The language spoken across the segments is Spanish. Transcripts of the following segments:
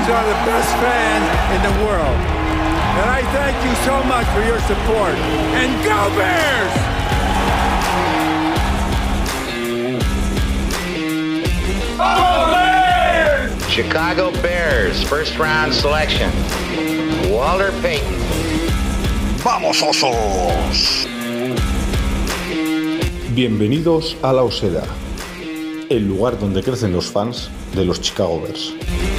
Bears are the best fans in the world. And I thank you so much for your support. And go Bears! Go Bears! Chicago Bears, first round selection. Walter Payton. ¡Vamos, osos! Bienvenidos a La Osera, el lugar donde crecen los fans de los Chicago Bears.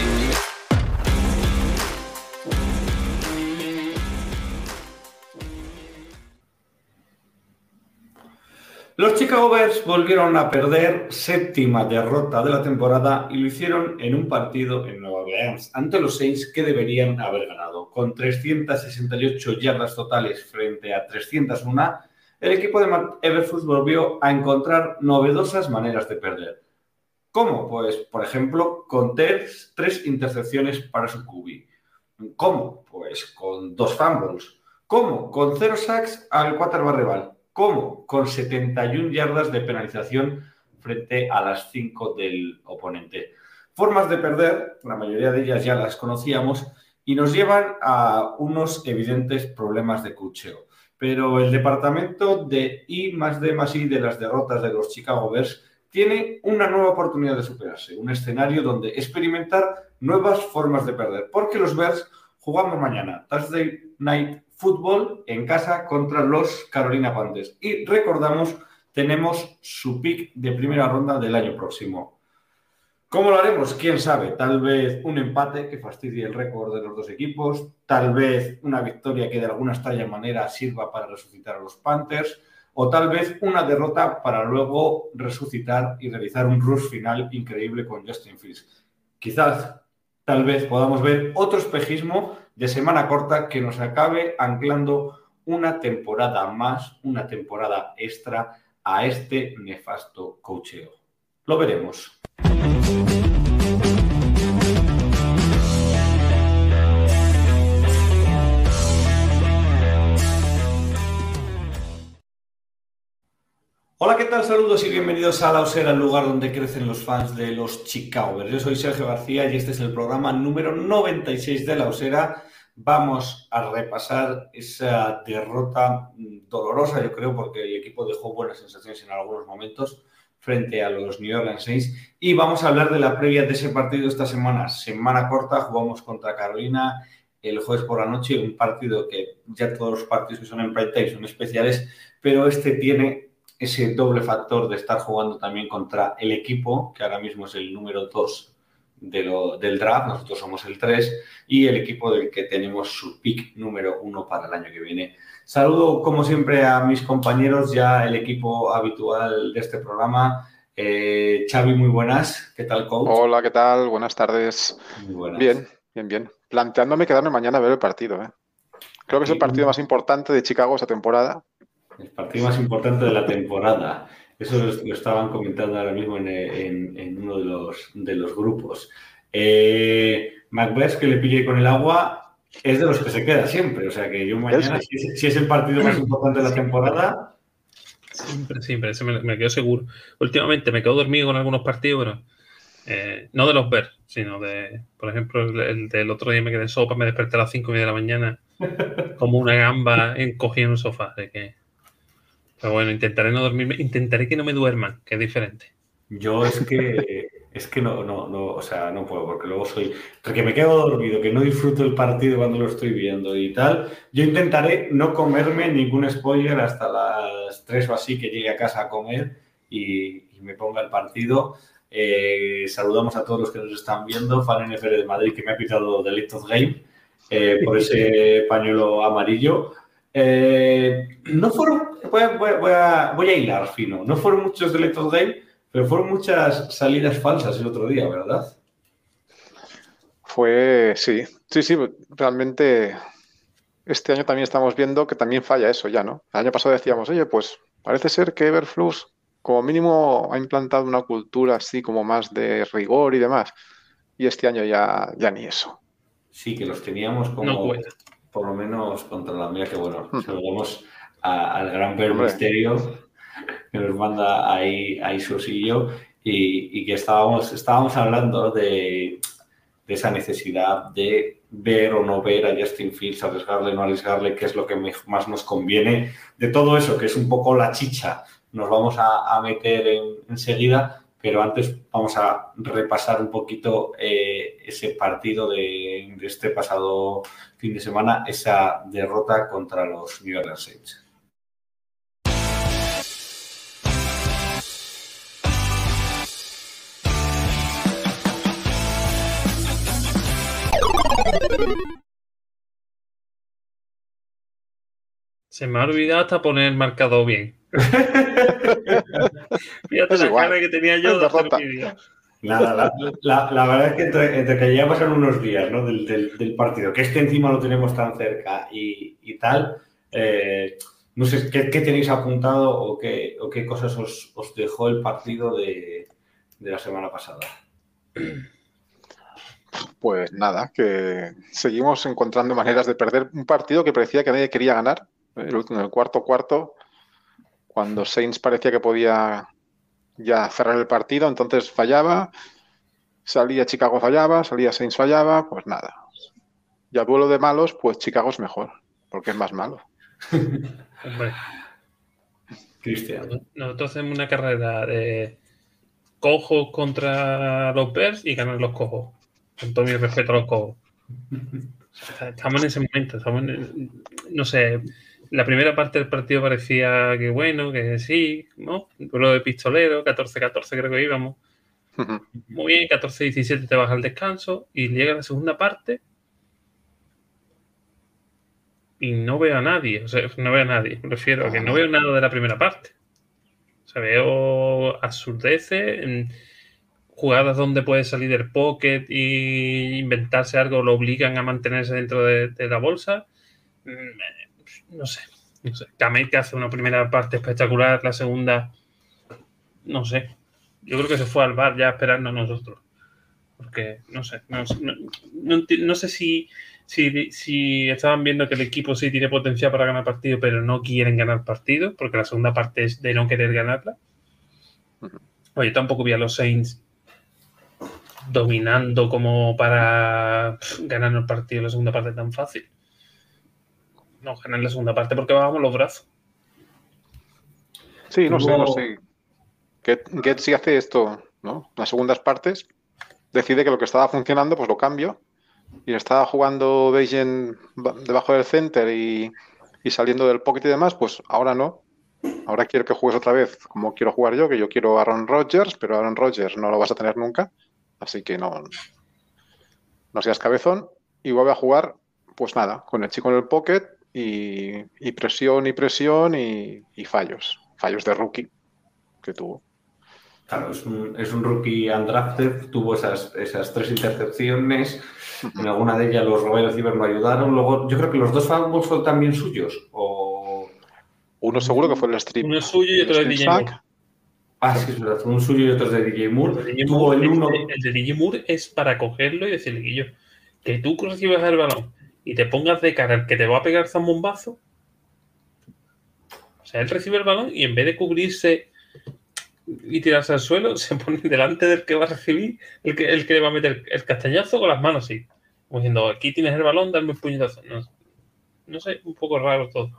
Los Chicago Bears volvieron a perder, séptima derrota de la temporada, y lo hicieron en un partido en Nueva Orleans ante los Saints que deberían haber ganado. Con 368 yardas totales frente a 301, el equipo de Mark Eberflus volvió a encontrar novedosas maneras de perder. ¿Cómo? Pues, por ejemplo, con tres intercepciones para su QB. ¿Cómo? Pues con 2 fumbles. ¿Cómo? Con 0 sacks al quarterback rival. ¿Cómo? Con 71 yardas de penalización frente a las 5 del oponente. Formas de perder, la mayoría de ellas ya las conocíamos, y nos llevan a unos evidentes problemas de coacheo. Pero el departamento de I+D+I de las derrotas de los Chicago Bears tiene una nueva oportunidad de superarse, un escenario donde experimentar nuevas formas de perder, porque los Bears jugamos mañana, Thursday Night Football, en casa contra los Carolina Panthers. Y recordamos, tenemos su pick de primera ronda del año próximo. ¿Cómo lo haremos? ¿Quién sabe? Tal vez un empate que fastidie el récord de los dos equipos, tal vez una victoria que de alguna extraña manera sirva para resucitar a los Panthers, o tal vez una derrota para luego resucitar y realizar un rush final increíble con Justin Fields. Quizás, tal vez podamos ver otro espejismo de semana corta que nos acabe anclando una temporada más, una temporada extra a este nefasto coacheo. Lo veremos. Hola, ¿qué tal? Saludos y bienvenidos a La Osera, el lugar donde crecen los fans de los Chicago Bears. Yo soy Sergio García y este es el programa número 96 de La Osera. Vamos a repasar esa derrota dolorosa, yo creo, porque el equipo dejó buenas sensaciones en algunos momentos frente a los New Orleans Saints. Y vamos a hablar de la previa de ese partido esta semana. Semana corta, jugamos contra Carolina el jueves por la noche, un partido que ya todos los partidos que son en prime time son especiales, pero este tiene ese doble factor de estar jugando también contra el equipo, que ahora mismo es el número 2 del draft, nosotros somos el 3, y el equipo del que tenemos su pick número 1 para el año que viene. Saludo, como siempre, a mis compañeros, ya el equipo habitual de este programa. Xavi, muy buenas. ¿Qué tal, coach? Hola, ¿qué tal? Buenas tardes. Muy buenas. Bien. Planteándome quedarme mañana a ver el partido. Creo que es el partido más importante de Chicago esta temporada. El partido más importante de la temporada. Eso lo estaban comentando ahora mismo en uno de los grupos. Macbeth, que le pille con el agua, es de los que se queda siempre. O sea que yo mañana, si es el partido más importante de la temporada... Siempre, eso me quedo seguro. Últimamente me quedo dormido con algunos partidos, pero no de los Bears, sino de, por ejemplo, el del otro día me quedé en sopa, me desperté a las 5:30 de la mañana como una gamba encogida en un sofá. De que... Pero bueno, intentaré no dormirme, intentaré que no me duerman, que es diferente. Yo es que no, o sea, no puedo, porque luego porque me quedo dormido, que no disfruto el partido cuando lo estoy viendo y tal. Yo intentaré no comerme ningún spoiler hasta las 3 o así, que llegue a casa a comer y me ponga el partido. Saludamos a todos los que nos están viendo, fan NFL de Madrid, que me ha pitado Delete of Game por ese pañuelo amarillo. No fueron, voy a hilar fino, no fueron muchos Delete of Game, pero fueron muchas salidas falsas el otro día, ¿verdad? Sí, realmente este año también estamos viendo que también falla eso ya, ¿no? El año pasado decíamos, oye, pues parece ser que Eberflus como mínimo ha implantado una cultura así como más de rigor y demás, y este año ya ni eso. Sí, que los teníamos como... No cuenta. Por lo menos contra la mía, que bueno, saludamos al gran Bear Misterio, que nos manda ahí su osillo, y que estábamos hablando de de esa necesidad de ver o no ver a Justin Fields, arriesgarle o no arriesgarle, qué es lo que más nos conviene. De todo eso, que es un poco la chicha, nos vamos a meter enseguida, pero antes vamos a repasar un poquito ese partido de este pasado fin de semana, esa derrota contra los New Orleans Saints. Se me ha olvidado hasta poner el marcador bien. Fíjate Es la igual. cara que tenía yo Es de hacer derrota. vídeo. Nada, la verdad es que entre que ya pasaron unos días, ¿no? del partido, que encima lo tenemos tan cerca y tal, no sé, ¿qué tenéis apuntado o qué cosas os dejó el partido de la semana pasada? Pues nada, que seguimos encontrando maneras de perder un partido que parecía que nadie quería ganar. En el cuarto, cuando Saints parecía que podía ya cerrar el partido, entonces fallaba, salía Chicago fallaba, salía Saints fallaba, pues nada. Y a duelo de malos, pues Chicago es mejor, porque es más malo. Hombre, Cristian. nosotros hacemos una carrera de cojos contra los Bears y ganan los cojos. Con todo mi respeto a los cojos. Estamos en ese momento. No sé, la primera parte del partido parecía que bueno, que sí, ¿no? Duelo de pistolero, 14-14 creo que íbamos. Muy bien, 14-17 te vas al descanso y llega la segunda parte y no veo a nadie. O sea, no veo a nadie. Me refiero a que no veo nada de la primera parte. O sea, veo absurdeces, jugadas donde puede salir del pocket e inventarse algo, lo obligan a mantenerse dentro de la bolsa. No sé. Kamek hace una primera parte espectacular, la segunda, no sé. Yo creo que se fue al bar ya esperando a nosotros. Porque, no sé. No sé si estaban viendo que el equipo sí tiene potencial para ganar partido, pero no quieren ganar partido, porque la segunda parte es de no querer ganarla. Oye, tampoco vi a los Saints dominando como para ganar el partido en la segunda parte tan fácil. No, ganar la segunda parte porque bajamos los brazos. Sí, no sé. Get si hace esto, ¿no? Las segundas partes, decide que lo que estaba funcionando, pues lo cambio. Y estaba jugando Bayern debajo del center y saliendo del pocket y demás, pues ahora no. Ahora quiero que juegues otra vez como quiero jugar yo, que yo quiero a Aaron Rodgers, pero Aaron Rodgers no lo vas a tener nunca. Así que no seas cabezón. Y vuelve a jugar, pues nada, con el chico en el pocket y presión y fallos. Fallos de rookie que tuvo. Claro, es un rookie undrafted, tuvo esas 3 intercepciones, en alguna de ellas los wide receivers lo ayudaron, luego yo creo que los 2 fumbles son también suyos, o... Uno seguro que fue el strip. Uno es suyo y otro es DJ Moore. Sí, es verdad, un suyo y otro es de DJ Moore. El de DJ Moore es para cogerlo y decirle, Guillo, que tú recibas el balón y te pongas de cara al que te va a pegar zambombazo. O sea, él recibe el balón y en vez de cubrirse y tirarse al suelo, se pone delante del que va a recibir, el que le va a meter el castañazo con las manos así. Como diciendo, aquí tienes el balón, dame un puñetazo. No sé, un poco raro todo.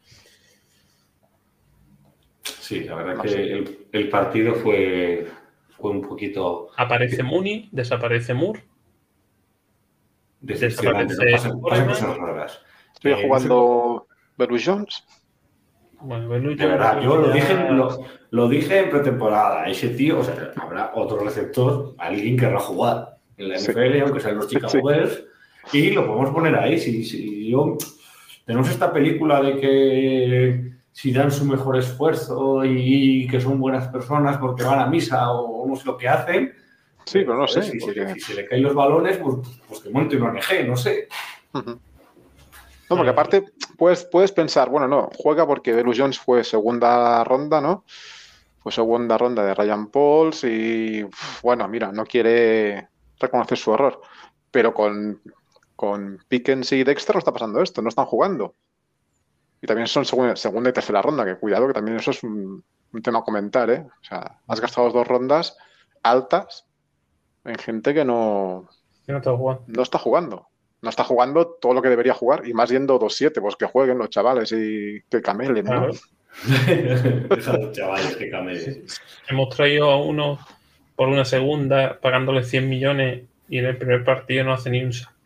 Sí, la verdad es que el partido fue un poquito... Aparece Mooney, desaparece Moore. Decepcionante, pasan cosas raras. Estoy jugando Belus Jones. Bueno, de verdad, yo lo dije en pretemporada. Ese tío, o sea, habrá otro receptor, alguien querrá jugar en la NFL, aunque sean los Chicago Bears, y lo podemos poner ahí. Tenemos esta película de que si dan su mejor esfuerzo y que son buenas personas porque van a misa o no sé lo que hacen. Sí, pero no sé. Si se le caen los balones, pues que monte un ONG, no sé. No, porque aparte puedes pensar, bueno, no, juega porque Belus Jones fue segunda ronda, ¿no? Fue segunda ronda de Ryan Pauls y, bueno, mira, no quiere reconocer su error. Pero con Pickens y Dexter no está pasando esto, no están jugando. Y también son segunda y tercera ronda, que cuidado, que también eso es un tema a comentar, O sea, has gastado 2 rondas altas en gente que no No está jugando. No está jugando. No está jugando todo lo que debería jugar, y más yendo 2-7, pues que jueguen los chavales y que camelen, ¿no? Claro. Deja a los chavales que camelen. Hemos traído a uno por una segunda, pagándole 100 millones, y en el primer partido no hace ni un sack.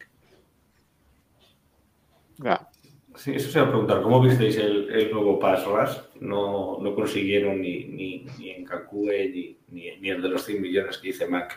Ya. Sí, eso se va a preguntar. ¿Cómo visteis el nuevo pass rush? No consiguieron ni en Kakue ni el de los 100 millones que dice Mac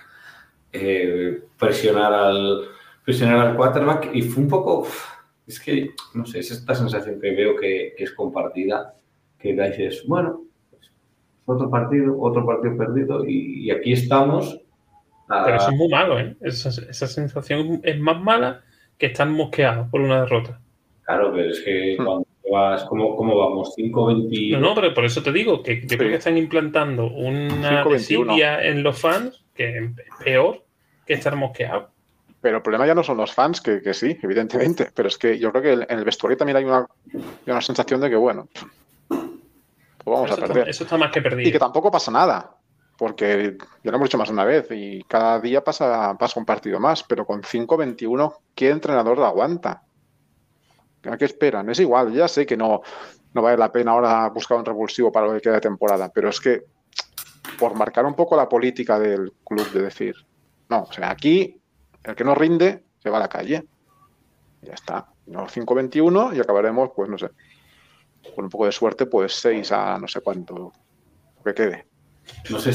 presionar al quarterback, y fue un poco... Es que, no sé, es esta sensación que veo que es compartida, que dices, bueno, otro partido perdido, y aquí estamos. Pero eso es muy malo, ¿eh? Esa sensación es más mala que estar mosqueados por una derrota. Claro, pero es que cuando vas, ¿cómo vamos? 5-20. No, pero por eso te digo que yo creo que están implantando una desidia en los fans que es peor que estar mosqueados. Pero el problema ya no son los fans, que sí, evidentemente, pero es que yo creo que en el vestuario también hay una sensación de que, bueno, pues vamos a perder. Eso está más que perdido. Y que tampoco pasa nada, porque ya lo hemos dicho más de una vez, y cada día pasa un partido más, pero con 5-21, ¿qué entrenador lo aguanta? ¿A qué esperan? Es igual, ya sé que no vale la pena ahora buscar un revulsivo para lo que queda de temporada, pero es que por marcar un poco la política del club de decir, no, o sea, aquí el que no rinde se va a la calle. Y ya está. No, 5-21 y acabaremos, pues no sé, con un poco de suerte, pues 6 a no sé cuánto que quede. No sé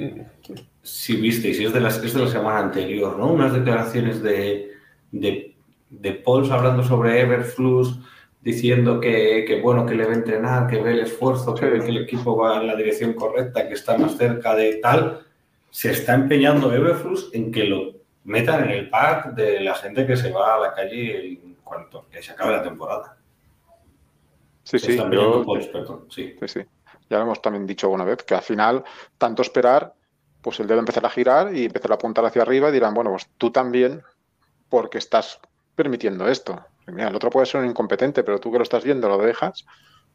si visteis, es de la semana anterior, ¿no? Unas declaraciones de Pauls hablando sobre Eberflus, diciendo que bueno, que le va a entrenar, que ve el esfuerzo, que ve que el equipo va en la dirección correcta, que está más cerca de tal. Se está empeñando Eberflus en que lo metan en el pack de la gente que se va a la calle en cuanto que se acabe la temporada. Sí. Sí. Ya lo hemos también dicho una vez, que al final, tanto esperar, pues el dedo empezará a girar y empezará a apuntar hacia arriba y dirán, bueno, pues tú también, porque estás permitiendo esto. Mira, el otro puede ser un incompetente, pero tú que lo estás viendo, lo dejas.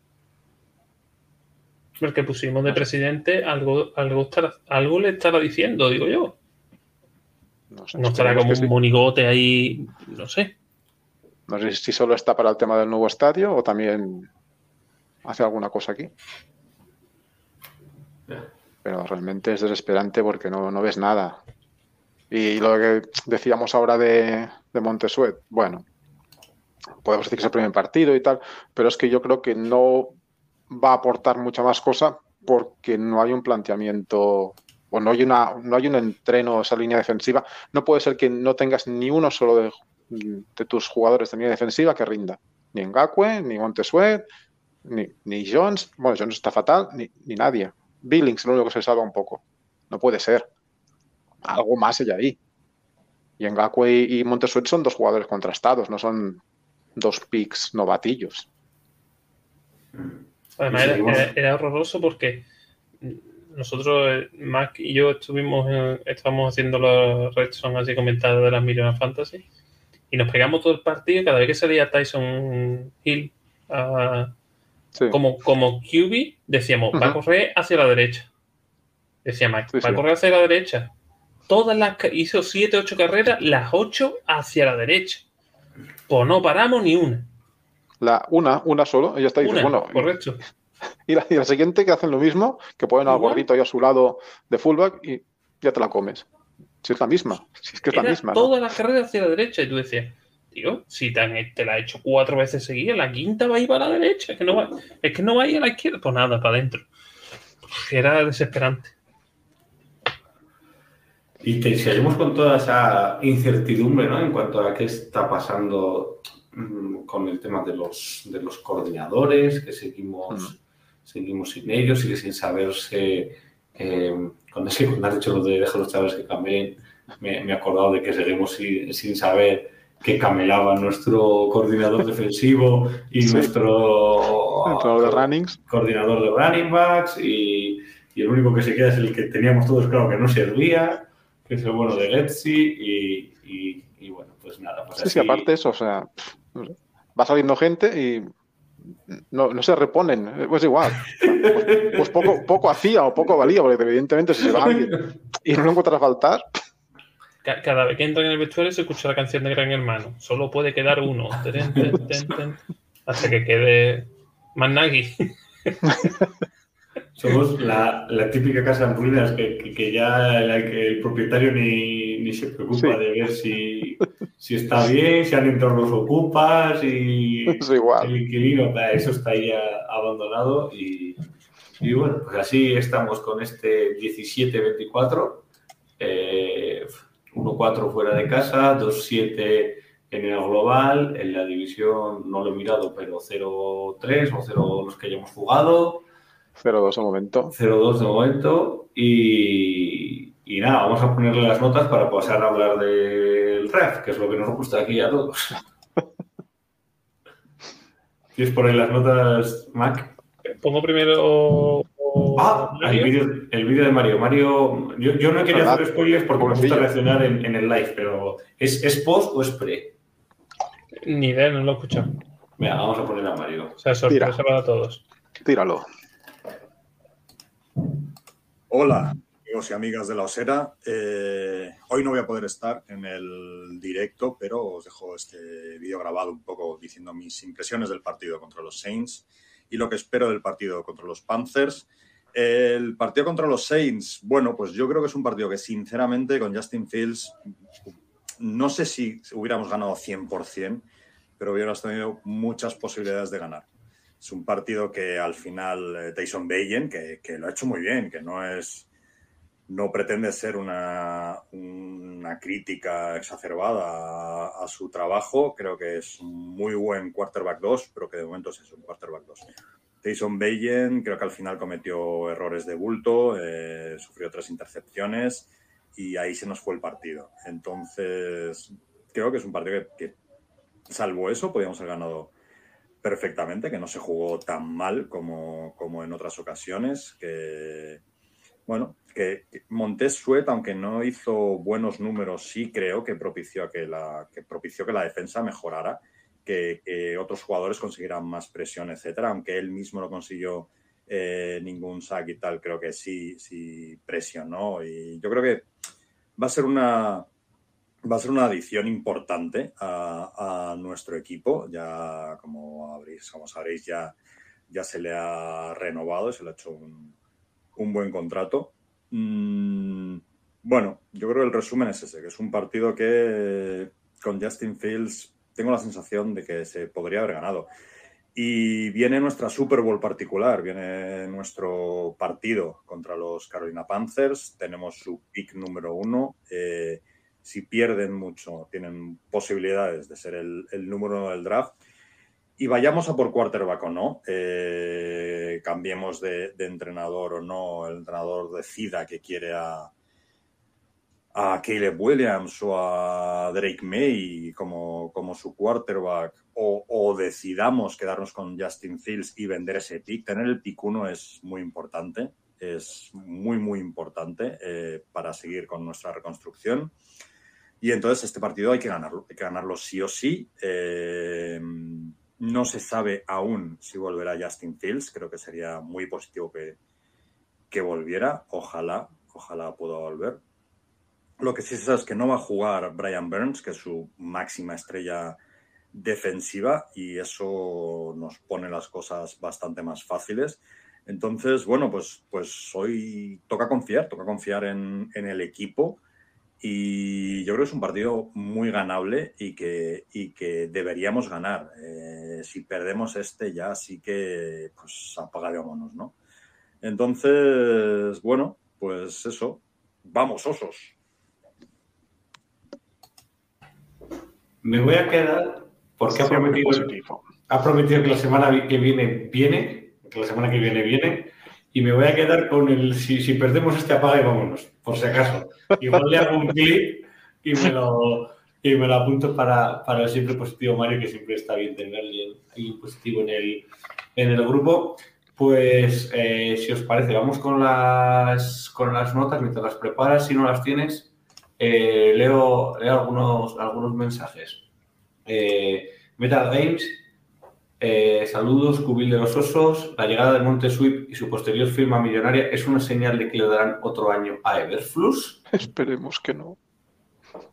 El que pusimos de presidente, algo le estará diciendo, digo yo. No sé, no estará como un monigote ahí, no sé. No sé si solo está para el tema del nuevo estadio o también hace alguna cosa aquí. Pero realmente es desesperante porque no ves nada. Y lo que decíamos ahora de Montesuet, bueno, podemos decir que es el primer partido y tal, pero es que yo creo que no va a aportar mucha más cosa porque no hay un planteamiento o no hay un entreno, esa línea defensiva. No puede ser que no tengas ni uno solo de tus jugadores de línea defensiva que rinda. Ni Ngakoue, ni Montesuet, ni Jones. Bueno, Jones está fatal, ni nadie. Billings es lo único que se salva un poco. No puede ser. Algo más hay ahí. Y Ngakoue y Montesuet son dos jugadores contrastados, no son dos picks novatillos. Además era horroroso porque nosotros, Mac y yo, estábamos haciendo los Red Zone así comentados de las Millionaire Fantasy y nos pegamos todo el partido. Cada vez que salía Tyson Hill como QB, decíamos, va a correr hacia la derecha. Decía Mac, va a correr hacia la derecha. Hizo 7-8 carreras, las 8 hacia la derecha. Pues no paramos ni una. Una solo, ella está diciendo, bueno, correcto. Y la siguiente que hacen lo mismo, que ponen al gordito ahí a su lado de fullback y ya te la comes. Si es la misma, si es que es la misma. Todas las carreras hacia la derecha y tú decías, tío, si te la he hecho 4 veces seguidas, la quinta va a ir para la derecha, es que no va a ir a la izquierda, pues nada, para adentro. Era desesperante. Y seguimos con toda esa incertidumbre, ¿no? En cuanto a qué está pasando con el tema de los coordinadores, que seguimos sin ellos, sigue sin saberse. Cuando has dicho lo de dejar a los chavales que camelen, me he acordado de que seguimos sin saber qué camelaba nuestro coordinador defensivo y nuestro coordinador de running backs, y el único que se queda es el que teníamos todos claro que no servía, que es el bueno de Getzi, y bueno, pues nada. Pues sí, aparte eso, o sea, va saliendo gente y no se reponen, pues igual. Pues poco hacía o poco valía, porque evidentemente si se va alguien y no lo encuentras a faltar. Cada vez que entra en el vestuario se escucha la canción de Gran Hermano. Solo puede quedar uno. Ten, ten, ten, ten, hasta que quede más Nagy. Somos la típica casa en ruinas que ya el propietario ni se preocupa de ver si está bien, si han entrado los ocupas, y Es igual. el inquilino, eso está ahí abandonado. Y bueno, pues así estamos con este 17-24, 1-4 fuera de casa, 2-7 en el global, en la división no lo he mirado, pero 0-3 o 0 los que hayamos jugado. 0-2 de momento. 0-2 de momento. Y nada, vamos a ponerle las notas para pasar a hablar del draft, que es lo que nos gusta aquí a todos. ¿Quieres poner las notas, Mac? Pongo primero... el vídeo de Mario. Mario, yo no quería hacer spoilers porque me gusta reaccionar en el live, pero ¿es post o es pre? Ni idea, no lo he escuchado. Venga, vamos a poner a Mario. O sea, sorpresa para todos. Tíralo. Hola, amigos y amigas de La Osera. Hoy no voy a poder estar en el directo, pero os dejo este vídeo grabado un poco diciendo mis impresiones del partido contra los Saints y lo que espero del partido contra los Panthers. El partido contra los Saints, bueno, pues yo creo que es un partido que sinceramente con Justin Fields no sé si hubiéramos ganado 100%, pero hubiéramos tenido muchas posibilidades de ganar. Es un partido que al final Tyson Bagent, que lo ha hecho muy bien, que no pretende ser una crítica exacerbada a su trabajo. Creo que es un muy buen quarterback 2, pero que de momento es un quarterback 2. Tyson Bagent creo que al final cometió errores de bulto, sufrió 3 intercepciones y ahí se nos fue el partido. Entonces, creo que es un partido que salvo eso, podíamos haber ganado perfectamente, que no se jugó tan mal como en otras ocasiones, que Montez Sweat, aunque no hizo buenos números, sí creo que propició que la defensa mejorara, que otros jugadores consiguieran más presión, etcétera, aunque él mismo no consiguió ningún sack y tal, creo que sí presionó, y yo creo que va a ser una adición importante a nuestro equipo. Ya, como sabréis, ya se le ha renovado, se le ha hecho un buen contrato. Bueno, yo creo que el resumen es ese, que es un partido que con Justin Fields tengo la sensación de que se podría haber ganado. Y viene nuestra Super Bowl particular, viene nuestro partido contra los Carolina Panthers, tenemos su pick número 1. Si pierden mucho, tienen posibilidades de ser el número 1 del draft. Y vayamos a por quarterback o no, cambiemos de entrenador o no, el entrenador decida que quiere a Caleb Williams o a Drake May como su quarterback, o decidamos quedarnos con Justin Fields y vender ese pick. Tener el pick 1 es muy importante, es muy, muy importante para seguir con nuestra reconstrucción. Y entonces este partido hay que ganarlo sí o sí. No se sabe aún si volverá Justin Fields, creo que sería muy positivo que volviera, ojalá pueda volver. Lo que sí se sabe es que no va a jugar Brian Burns, que es su máxima estrella defensiva, y eso nos pone las cosas bastante más fáciles. Entonces, bueno, pues hoy toca confiar en el equipo, y yo creo que es un partido muy ganable y que deberíamos ganar. Si perdemos ya sí que pues apaga y vámonos, ¿no? Entonces, bueno, pues eso. ¡Vamos, osos! Me voy a quedar porque ha prometido que la semana que viene viene, y me voy a quedar con el si perdemos apaga y vámonos, por si acaso. Igual le hago un clip y me lo apunto para el siempre positivo Mario, que siempre está bien tenerle ahí positivo en el grupo. Pues si os parece, vamos con las notas mientras las preparas. Si no las tienes, leo algunos mensajes. Metal Games, saludos, Cubil de los Osos. La llegada de Montez Sweat y su posterior firma millonaria es una señal de que le darán otro año a Eberflus. Esperemos que no.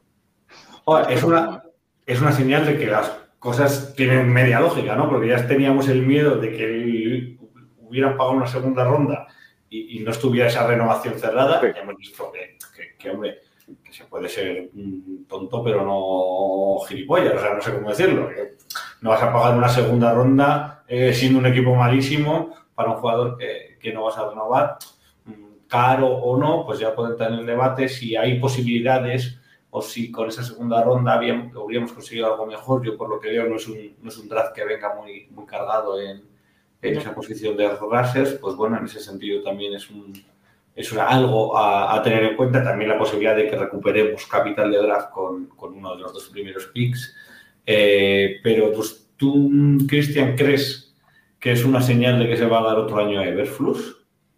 Es una señal de que las cosas tienen media lógica, ¿no? Porque ya teníamos el miedo de que hubieran pagado una segunda ronda y no estuviera esa renovación cerrada. Sí. Ya hemos visto que, hombre, que se puede ser tonto, pero no gilipollas, o sea, no sé cómo decirlo. Que no vas a pagar una segunda ronda siendo un equipo malísimo para un jugador que no vas a renovar. Caro o no, pues ya puede entrar en el debate si hay posibilidades o si con esa segunda ronda habríamos conseguido algo mejor. Yo, por lo que veo, no es un draft que venga muy cargado en esa posición de rushers. Pues bueno, en ese sentido también es algo a tener en cuenta. También la posibilidad de que recuperemos capital de draft con uno de los 2 primeros picks. Pero pues, ¿tú, Cristian, crees que es una señal de que se va a dar otro año a Eberflus?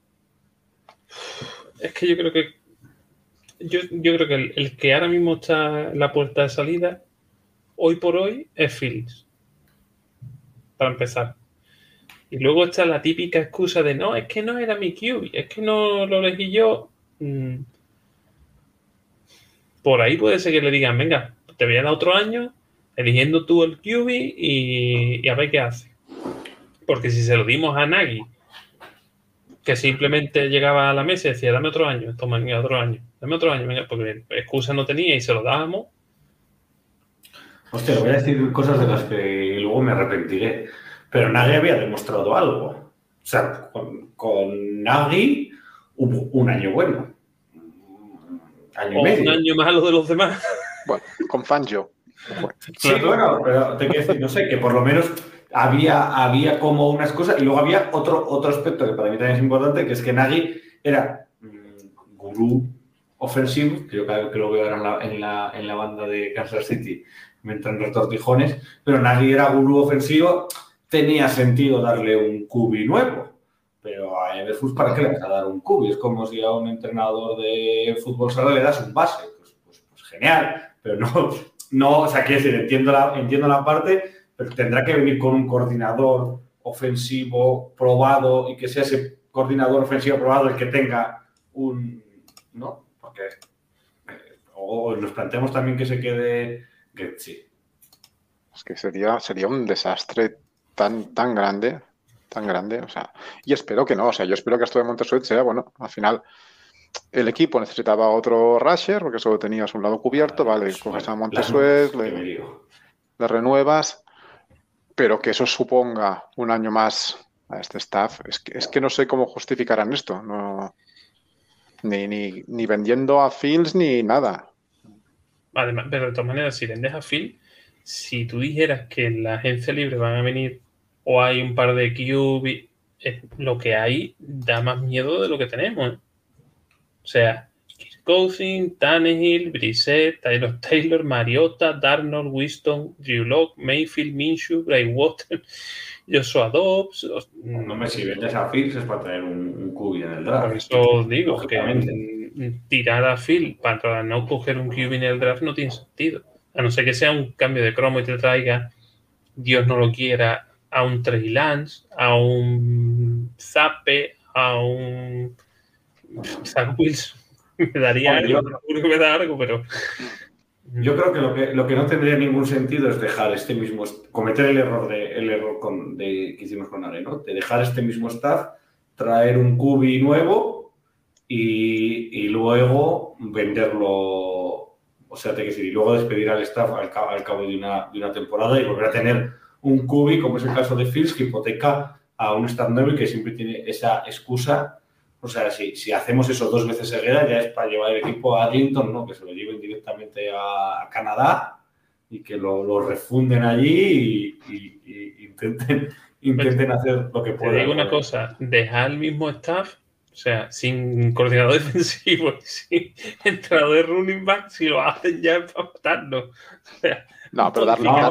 Es que yo creo que el que ahora mismo está en la puerta de salida, hoy por hoy, es Fields. Para empezar. Y luego está la típica excusa de no, es que no era mi QB, es que no lo elegí yo. Por ahí puede ser que le digan, venga, te voy a dar otro año eligiendo tú el QB y a ver qué hace. Porque si se lo dimos a Nagy, que simplemente llegaba a la mesa y decía, dame otro año, toma, venga, otro año, venga, porque excusa no tenía y se lo dábamos. Hostia, voy a decir cosas de las que luego me arrepentiré. Pero Nagy había demostrado algo. O sea, con Nagy hubo un año bueno. Año y medio. Un año malo de los demás. Bueno, con Fangio. Sí, bueno, pero te quiero decir, no sé, que por lo menos había como unas cosas y luego había otro aspecto que para mí también es importante, que es que Nagy era gurú ofensivo, que yo creo que lo veo ahora en la banda de Kansas City, me entran retortijones, pero Nagy era gurú ofensivo, tenía sentido darle un QB nuevo, pero a Eberflus, ¿para qué le vas a dar un QB? Es como si a un entrenador de fútbol sala le das un base, pues genial, pero no, o sea, quiero decir, entiendo la parte, pero tendrá que venir con un coordinador ofensivo probado y que sea ese coordinador ofensivo probado el que tenga ¿no? Porque o nos planteamos también que se quede Getzi. Es que sería un desastre tan grande, o sea, y espero que no, o sea, yo espero que esto de Montesuet sea, bueno, al final el equipo necesitaba otro rusher porque solo tenías un lado cubierto, vale, coges a Montesuet, le renuevas, pero que eso suponga un año más a este staff, es que no sé cómo justificarán esto, no, ni vendiendo a Fields ni nada. Además, pero de todas maneras, si vendes a Fields, si tú dijeras que en la agencia libre van a venir o hay un par de QB, lo que hay da más miedo de lo que tenemos, ¿eh? O sea, Kirk Cousins, Tannehill, Brissett, Taylor, Mariota, Darnold, Winston, Drew Lock, Mayfield, Minshew, Bray Water, Joshua Dobbs. No, si vendes a Fields es para tener un QB en el draft. Por eso digo que tirar a Fields para no coger un QB en el draft no tiene sentido. A no ser que sea un cambio de cromo y te traiga, Dios no lo quiera, a un Trey Lance, a un Zappe, a un Zach Wilson. Me daría algo, seguro que me da algo, pero... Yo creo que lo que no tendría ningún sentido es dejar cometer el error que hicimos con Ale, ¿no? De dejar este mismo staff, traer un QB nuevo y luego venderlo, o sea, y luego despedir al staff al cabo de una temporada y volver a tener un QB, como es el caso de Fields, que hipoteca a un staff nuevo y que siempre tiene esa excusa. O sea, si hacemos eso 2 veces seguidas, ya es para llevar el equipo a Arlington, ¿no? Que se lo lleven directamente a Canadá y que lo refunden allí y intenten hacer lo que puedan. Te digo una cosa, dejar el mismo staff, o sea, sin coordinador defensivo y sin entrenador de running back, si lo hacen ya es para matarnos. O sea, no, pero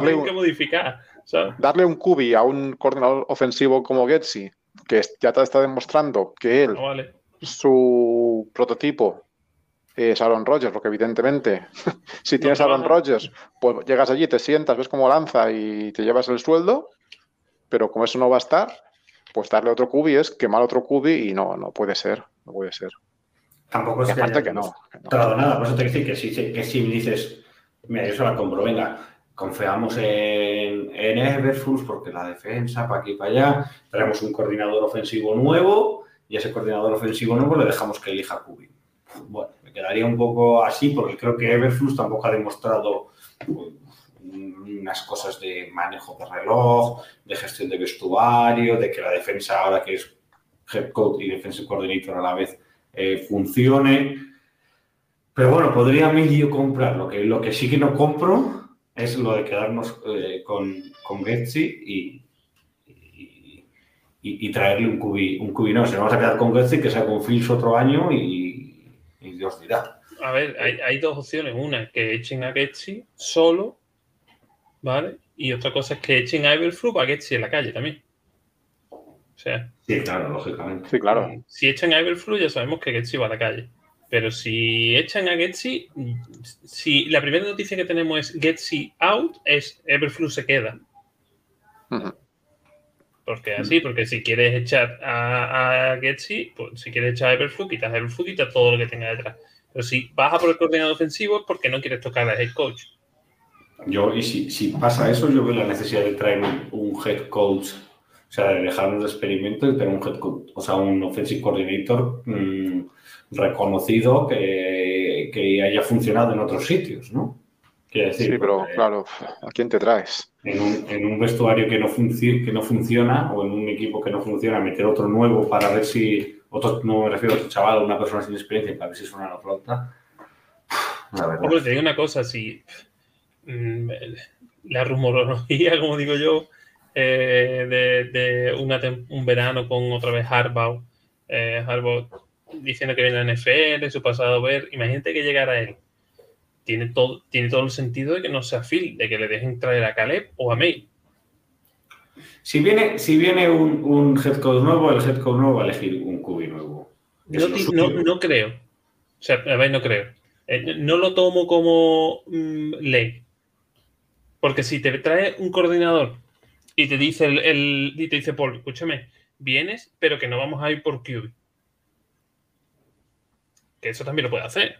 darle un QB a un coordinador ofensivo como Getzi, que ya te está demostrando que él, su prototipo es Aaron Rodgers, porque evidentemente si tienes Aaron Rodgers, pues llegas allí, te sientas, ves cómo lanza y te llevas el sueldo, pero como eso no va a estar, pues darle otro QB es quemar otro QB y no puede ser, no puede ser. Tampoco es que no. Nada, por eso te quiero decir que si me dices Mira, yo se la compro. Venga, confiamos en Eberflus porque la defensa, para aquí y para allá. Traemos un coordinador ofensivo nuevo y a ese coordinador ofensivo nuevo le dejamos que elija Cubi. Bueno, me quedaría un poco así porque creo que Eberflus tampoco ha demostrado unas cosas de manejo de reloj, de gestión de vestuario, de que la defensa ahora que es head coach y defensive coordinator a la vez funcione. Pero bueno, podría medio comprar. Lo que sí que no compro es lo de quedarnos con Getsy y traerle un cubi. No, si vamos a quedar con Getsy, que sea con Fields otro año y Dios dirá. A ver, hay dos opciones. Una, que echen a Getsy solo, ¿vale? Y otra cosa es que echen a Eberflus a Getsy en la calle también. O sea... Sí, claro, lógicamente. Sí, claro. Si echan a Eberflus ya sabemos que Getsy va a la calle. Pero si echan a Getsy, si la primera noticia que tenemos es Getsy out, es Eberflus se queda. Porque así, porque si quieres echar a Getsy, pues si quieres echar a Eberflus, quitas a Eberflus, quitas todo lo que tenga detrás. Pero si vas a por el coordinador ofensivo es porque no quieres tocar al head coach. Y si pasa eso, yo veo la necesidad de traer un head coach, o sea, de dejarnos de experimento y tener un head coach, o sea, un offensive coordinator reconocido que haya funcionado en otros sitios, ¿no? Quiero decir, sí, pero claro, ¿a quién te traes? En un vestuario que no funciona o en un equipo que no funciona, meter otro nuevo para ver si, no me refiero a otro chaval, una persona sin experiencia, para ver si suena la flauta. La verdad. Hombre, te digo una cosa, si la rumorología, como digo yo, de un verano con otra vez Harbaugh diciendo que viene a la NFL, su pasado ver, imagínate que llegara él. Tiene todo el sentido de que no sea Phil, de que le dejen traer a Caleb o a May. Si viene un head coach nuevo, el head coach nuevo va a elegir un QB nuevo. No creo. O sea, a ver, no creo. No lo tomo como ley. Porque si te trae un coordinador y te dice y te dice Paul, escúchame, vienes, pero que no vamos a ir por QB. Que eso también lo puede hacer.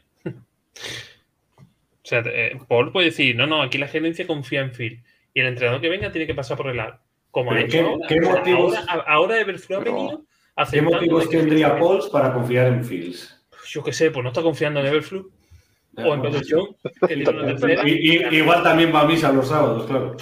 O sea, Paul puede decir, no, aquí la gerencia confía en Phil. Y el entrenador que venga tiene que pasar por el lado. Como ha hecho ahora Eberflus ha venido. ¿Qué motivos tendría Paul para confiar en Fields? Yo qué sé, pues no está confiando en Eberflus. O en Belichick, que tira una tercera. Igual también va a misa los sábados, claro.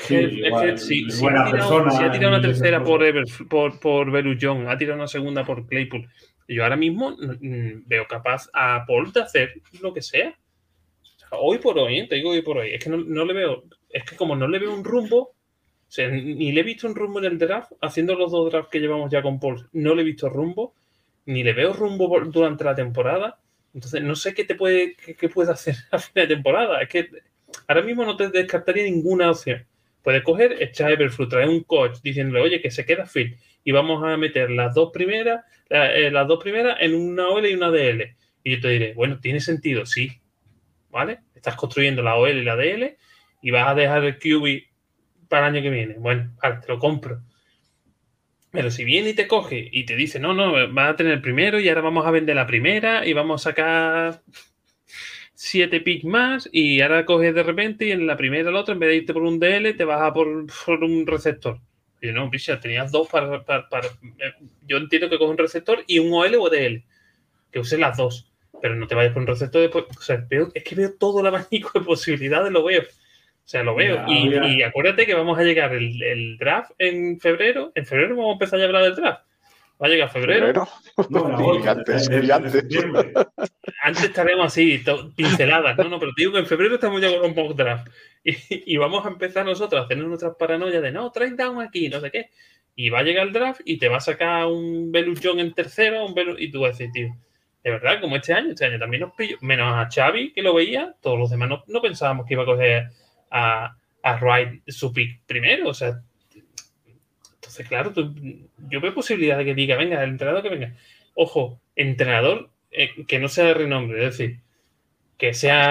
Si ha tirado una tercera por Belichick, ha tirado una segunda por Claypool. Yo ahora mismo veo capaz a Paul de hacer lo que sea. Hoy por hoy, te digo hoy por hoy. Es que no le veo. Es que como no le veo un rumbo, o sea, ni le he visto un rumbo en el draft, haciendo los 2 drafts que llevamos ya con Paul, no le he visto rumbo, ni le veo rumbo durante la temporada. Entonces, no sé qué puede hacer a final de temporada. Es que ahora mismo no te descartaría ninguna opción. Puedes coger, echar a Eberflus, traer un coach diciéndole, oye, que se queda Phil y vamos a meter las dos primeras en una OL y una DL. Y yo te diré, bueno, tiene sentido, sí. ¿Vale? Estás construyendo la OL y la DL y vas a dejar el QB para el año que viene. Bueno, vale, te lo compro. Pero si viene y te coge y te dice, no, vas a tener el primero y ahora vamos a vender la primera y vamos a sacar 7 picks más y ahora coges de repente y en la primera o la otra, en vez de irte por un DL, te vas a por un receptor. Y yo, no, picha, tenías 2 para... Yo entiendo que coges un receptor y un OL o DL. Que uses las 2. Pero no te vayas por un receptor después. O sea, es que veo todo el abanico de posibilidades, lo veo. O sea, lo veo. Y acuérdate que vamos a llegar el draft en febrero. En febrero vamos a empezar a hablar del draft. Va a llegar febrero. Antes. Antes estaremos así, pinceladas. No, pero te digo que en febrero estamos ya con un mock draft. Y vamos a empezar nosotros a hacer nuestras paranoias de no, trade down aquí, no sé qué. Y va a llegar el draft y te va a sacar un Belichick en tercero, y tú vas a decir, tío, de verdad, como este año también nos pilló, menos a Xavi, que lo veía, todos los demás no pensábamos que iba a coger a Wright su pick primero, o sea, entonces, claro, yo veo posibilidad de que diga, venga, el entrenador que venga. Ojo, entrenador que no sea de renombre, es decir, que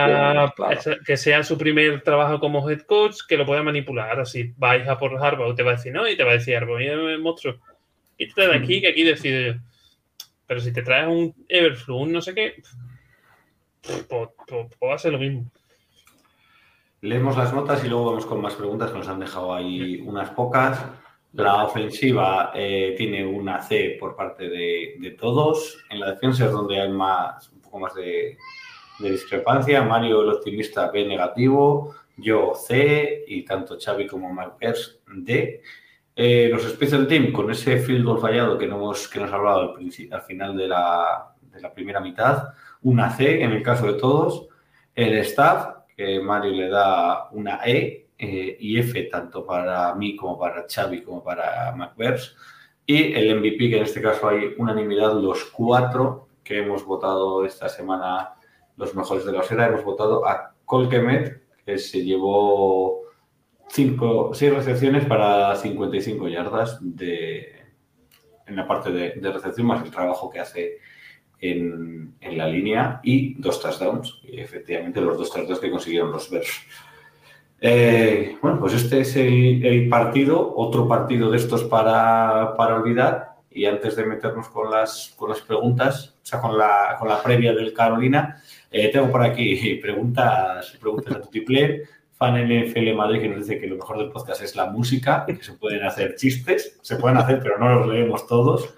sea su primer trabajo como head coach, que lo pueda manipular. Ahora, si vais a por Harbaugh, te va a decir, no, y te va a decir, Harbaugh, mira, monstruo, quítate de aquí, que aquí decido yo. Pero si te traes un Eberflus, un no sé qué, pues va a ser lo mismo. Leemos las notas y luego vamos con más preguntas que nos han dejado ahí unas pocas. La ofensiva tiene una C por parte de todos. En la defensa es donde hay un poco más de discrepancia. Mario, el optimista, B negativo. Yo, C. Y tanto Xavi como Marquez, D. Los Special Team, con ese field goal fallado que nos ha hablado al final de la primera mitad. Una C en el caso de todos. El staff, que Mario le da una E. Y F tanto para mí como para Xavi como para McBears. Y el MVP, que en este caso hay unanimidad, los 4 que hemos votado esta semana, los mejores de la osera, hemos votado a Cole Kmet, que se llevó 6 recepciones para 55 yardas en la parte de recepción, más el trabajo que hace en la línea, y 2 touchdowns. Y efectivamente los 2 touchdowns que consiguieron los Bears. Bueno, pues este es el partido, otro partido de estos para olvidar. Y antes de meternos con las preguntas, o sea, con la previa del Carolina, tengo por aquí preguntas a Tutiplén, fan NFL Madrid, que nos dice que lo mejor del podcast es la música, que se pueden hacer chistes, se pueden hacer, pero no los leemos todos.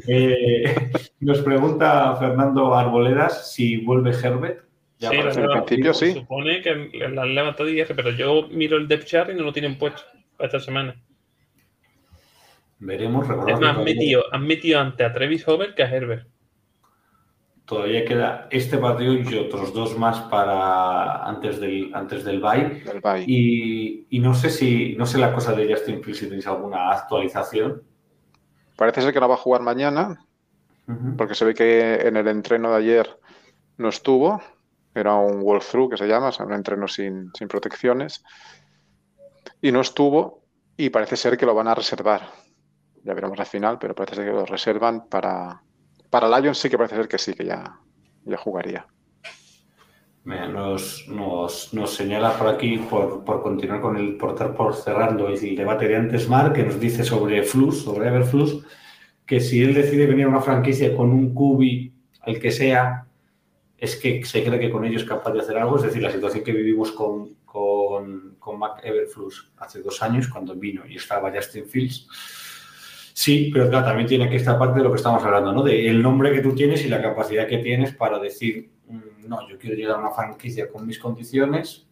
Nos pregunta Fernando Arboledas si vuelve Herbert. Sí, en principio sí. Se supone que la han levantado y pero yo miro el depth chart y no lo tienen puesto para esta semana. Veremos. Es más, han metido antes a Travis Homer que a Herbert. Todavía queda este partido y otros 2 más para antes del bye. Y no sé la cosa de Justin Fields, si tenéis alguna actualización. Parece ser que no va a jugar mañana, porque se ve que en el entreno de ayer no estuvo. Era un walkthrough que se llama, o sea, un entreno sin protecciones. Y no estuvo, y parece ser que lo van a reservar. Ya veremos al final, pero parece ser que lo reservan para Lions. Sí que parece ser que sí, que ya jugaría. Nos señala por aquí, por continuar con por cerrando el debate de antes, Mark, que nos dice sobre Eberflus, que si él decide venir a una franquicia con un QB, el que sea, es que se cree que con ellos es capaz de hacer algo. Es decir, la situación que vivimos con Mac Eberflus hace 2 años, cuando vino y estaba Justin Fields. Sí, pero claro, también tiene que esta parte de lo que estamos hablando, ¿no? De el nombre que tú tienes y la capacidad que tienes para decir, no, yo quiero llegar a una franquicia con mis condiciones.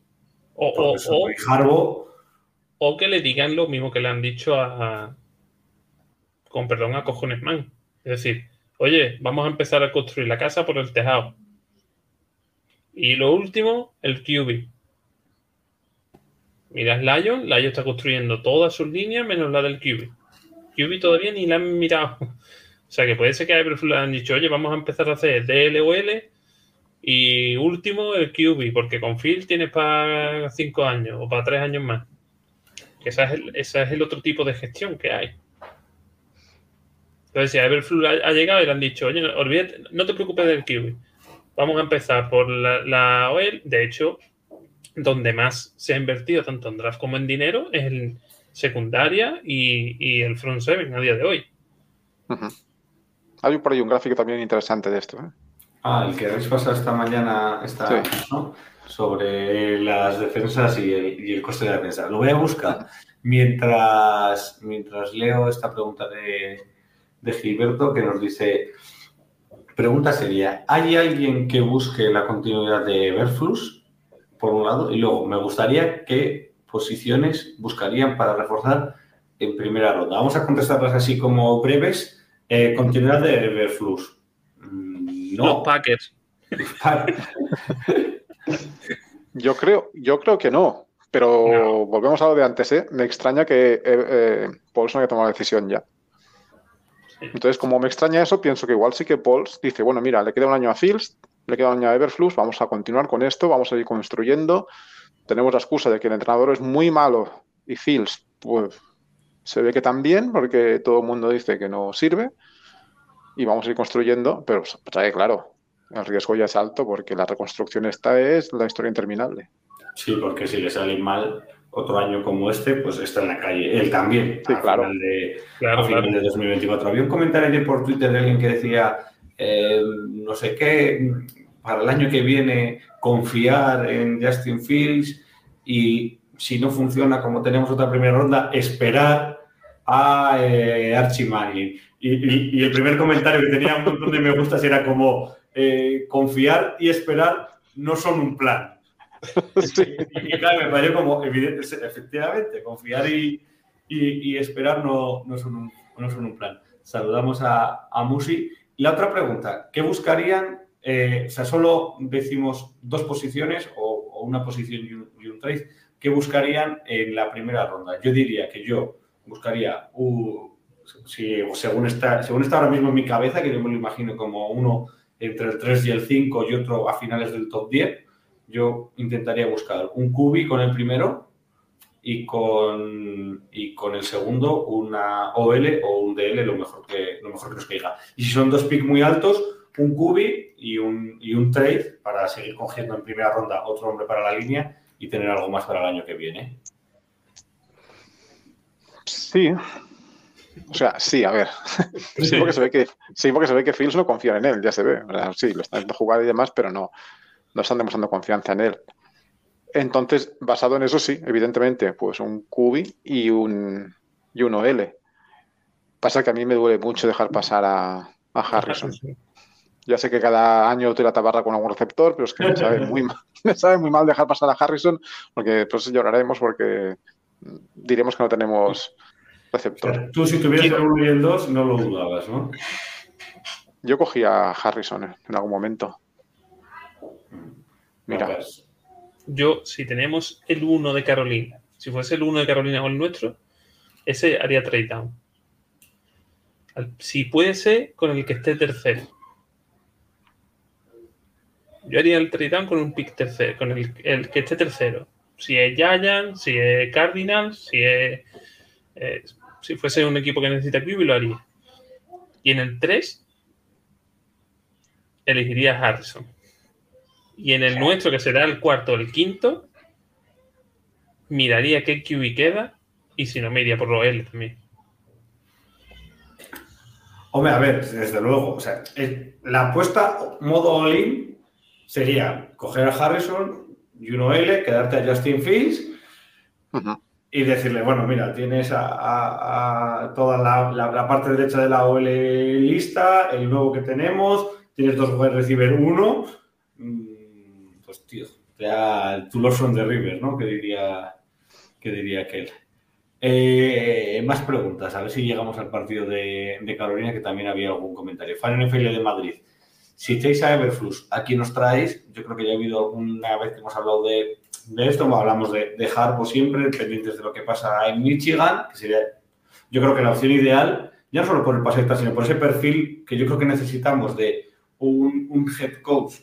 O que le digan lo mismo que le han dicho a Cojones Man. Es decir, oye, vamos a empezar a construir la casa por el tejado. Y lo último, el QB. Miras Lion está construyendo todas sus líneas menos la del QB. QB todavía ni la han mirado. O sea que puede ser que a Eberflus le han dicho, oye, vamos a empezar a hacer DLOL y último el QB, porque con Field tienes para 5 años o para 3 años más. Esa es el otro tipo de gestión que hay. Entonces, si a Eberflus ha llegado y le han dicho, oye, olvídate, no te preocupes del QB. Vamos a empezar por la OL. De hecho, donde más se ha invertido, tanto en draft como en dinero, es en secundaria y el front seven a día de hoy. Hay por ahí un gráfico también interesante de esto. El que habéis pasado esta mañana, sí, ¿no? Sobre las defensas y el coste de la defensa. Lo voy a buscar mientras leo esta pregunta de Gilberto, que nos dice... Pregunta sería, ¿hay alguien que busque la continuidad de Eberflus, por un lado? Y luego, me gustaría qué posiciones buscarían para reforzar en primera ronda. Vamos a contestarlas así como breves. Continuidad de Eberflus. No. Los Packers. Yo creo que no. Pero no. Volvemos a lo de antes, ¿eh? Me extraña que Pauls no haya tomado la decisión ya. Entonces, como me extraña eso, pienso que igual sí que Pauls dice, bueno, mira, le queda un año a Fields, le queda un año a Eberflus, vamos a continuar con esto, vamos a ir construyendo. Tenemos la excusa de que el entrenador es muy malo y Fields, pues, se ve que también, porque todo el mundo dice que no sirve, y vamos a ir construyendo, pero claro, el riesgo ya es alto porque la reconstrucción esta es la historia interminable. Sí, porque si le sale mal otro año como este, pues está en la calle. Él también, sí, a final de 2024. Había un comentario ayer por Twitter de alguien que decía, no sé qué, para el año que viene confiar en Justin Fields, y si no funciona como tenemos otra primera ronda, esperar a Archie Manning. Y el primer comentario que tenía un montón de me gustas era como confiar y esperar no son un plan. Sí. Y claro, me pareció como efectivamente, confiar y esperar no son un plan. Saludamos a Musi. Y la otra pregunta, ¿qué buscarían? O sea, solo decimos 2 posiciones o una posición y un trade. ¿Qué buscarían en la primera ronda? Yo diría que yo buscaría, según está ahora mismo en mi cabeza, que yo me lo imagino como uno entre el 3 y el 5 y otro a finales del top 10, yo intentaría buscar un QB con el primero y con el segundo una OL o un DL, lo mejor que nos caiga. Y si son 2 picks muy altos, un QB y un trade para seguir cogiendo en primera ronda otro hombre para la línea y tener algo más para el año que viene. Sí. O sea, sí, a ver. Sí, porque se ve que Fields no confía en él, ya se ve. Sí, lo están intentando jugar y demás, pero no están demostrando confianza en él. Entonces, basado en eso, sí, evidentemente, pues un QB y un OL. Pasa que a mí me duele mucho dejar pasar a Harrison. Ya sé que cada año tiro la tabarra con algún receptor, pero es que me sabe muy mal dejar pasar a Harrison, porque entonces lloraremos porque diremos que no tenemos receptor. O sea, tú, si tuvieras el 1 y el 2, no lo dudabas, ¿no? Yo cogí a Harrison en algún momento. Mira. Yo, si tenemos el 1 de Carolina, si fuese el 1 de Carolina o el nuestro, ese haría trade down. Si puede ser con el que esté tercero. Yo haría el trade down con un pick tercero, con el que esté tercero. Si es Giants, si es Cardinals, si fuese un equipo que necesita QB, lo haría. Y en el 3 elegiría a Harrison. Y en el nuestro, que será el 4 o el 5, miraría qué QB queda y si no, me iría por los L también. Hombre, a ver, desde luego, o sea, la apuesta modo all-in sería coger a Harrison y un OL, quedarte a Justin Fields y decirle, bueno, mira, tienes a toda la parte derecha de la OL lista, el nuevo que tenemos, tienes 2 wide receiver 1, pues tío, tú los from the river, ¿no? Que diría aquel. Más preguntas, a ver si llegamos al partido de Carolina, que también había algún comentario. Fan NFL de Madrid. Si echáis a Everflux, aquí nos traéis. Yo creo que ya ha habido una vez que hemos hablado de esto, hablamos de Harbaugh siempre, pendientes de lo que pasa en Michigan, que sería, yo creo que la opción ideal, ya no solo por el pase, sino por ese perfil que yo creo que necesitamos de un head coach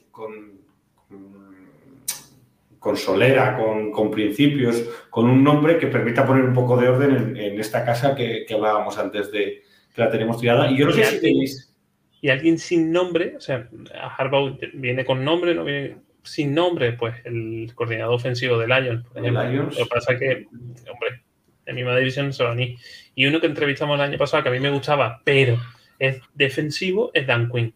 con solera, con principios, con un nombre que permita poner un poco de orden en esta casa que hablábamos antes de que la tenemos tirada. Y yo no sé si tenéis... Y alguien sin nombre, o sea, Harbaugh viene con nombre, no viene sin nombre, pues el coordinador ofensivo de Lions, por ejemplo. Lo que pasa es que, hombre, en misma división se va a mí. Y uno que entrevistamos el año pasado, que a mí me gustaba, pero es defensivo, es Dan Quinn.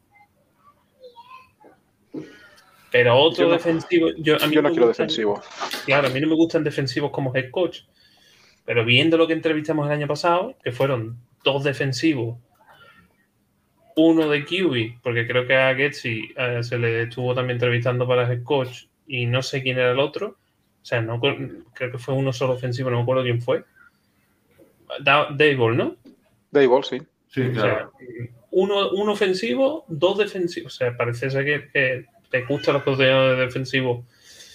Pero otro defensivo... Yo no quiero defensivo. Claro, a mí no me gustan defensivos como head coach. Pero viendo lo que entrevistamos el año pasado, que fueron 2 defensivos, uno de QB, porque creo que a Getsy se le estuvo también entrevistando para head coach y no sé quién era el otro. O sea, no creo que fue uno solo ofensivo, no me acuerdo quién fue. Daboll, ¿no? Daboll, sí. Sí, claro. O sea, uno ofensivo, 2 defensivos. O sea, parece ser que te gustan los coordinadores defensivos.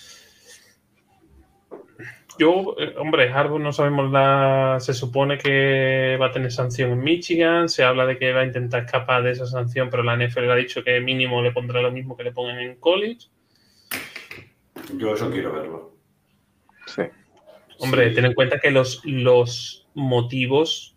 Yo, hombre, Harbaugh no sabemos se supone que va a tener sanción en Michigan, se habla de que va a intentar escapar de esa sanción, pero la NFL le ha dicho que mínimo le pondrá lo mismo que le pongan en college. Yo eso quiero verlo. Sí. Hombre, ten en cuenta que los motivos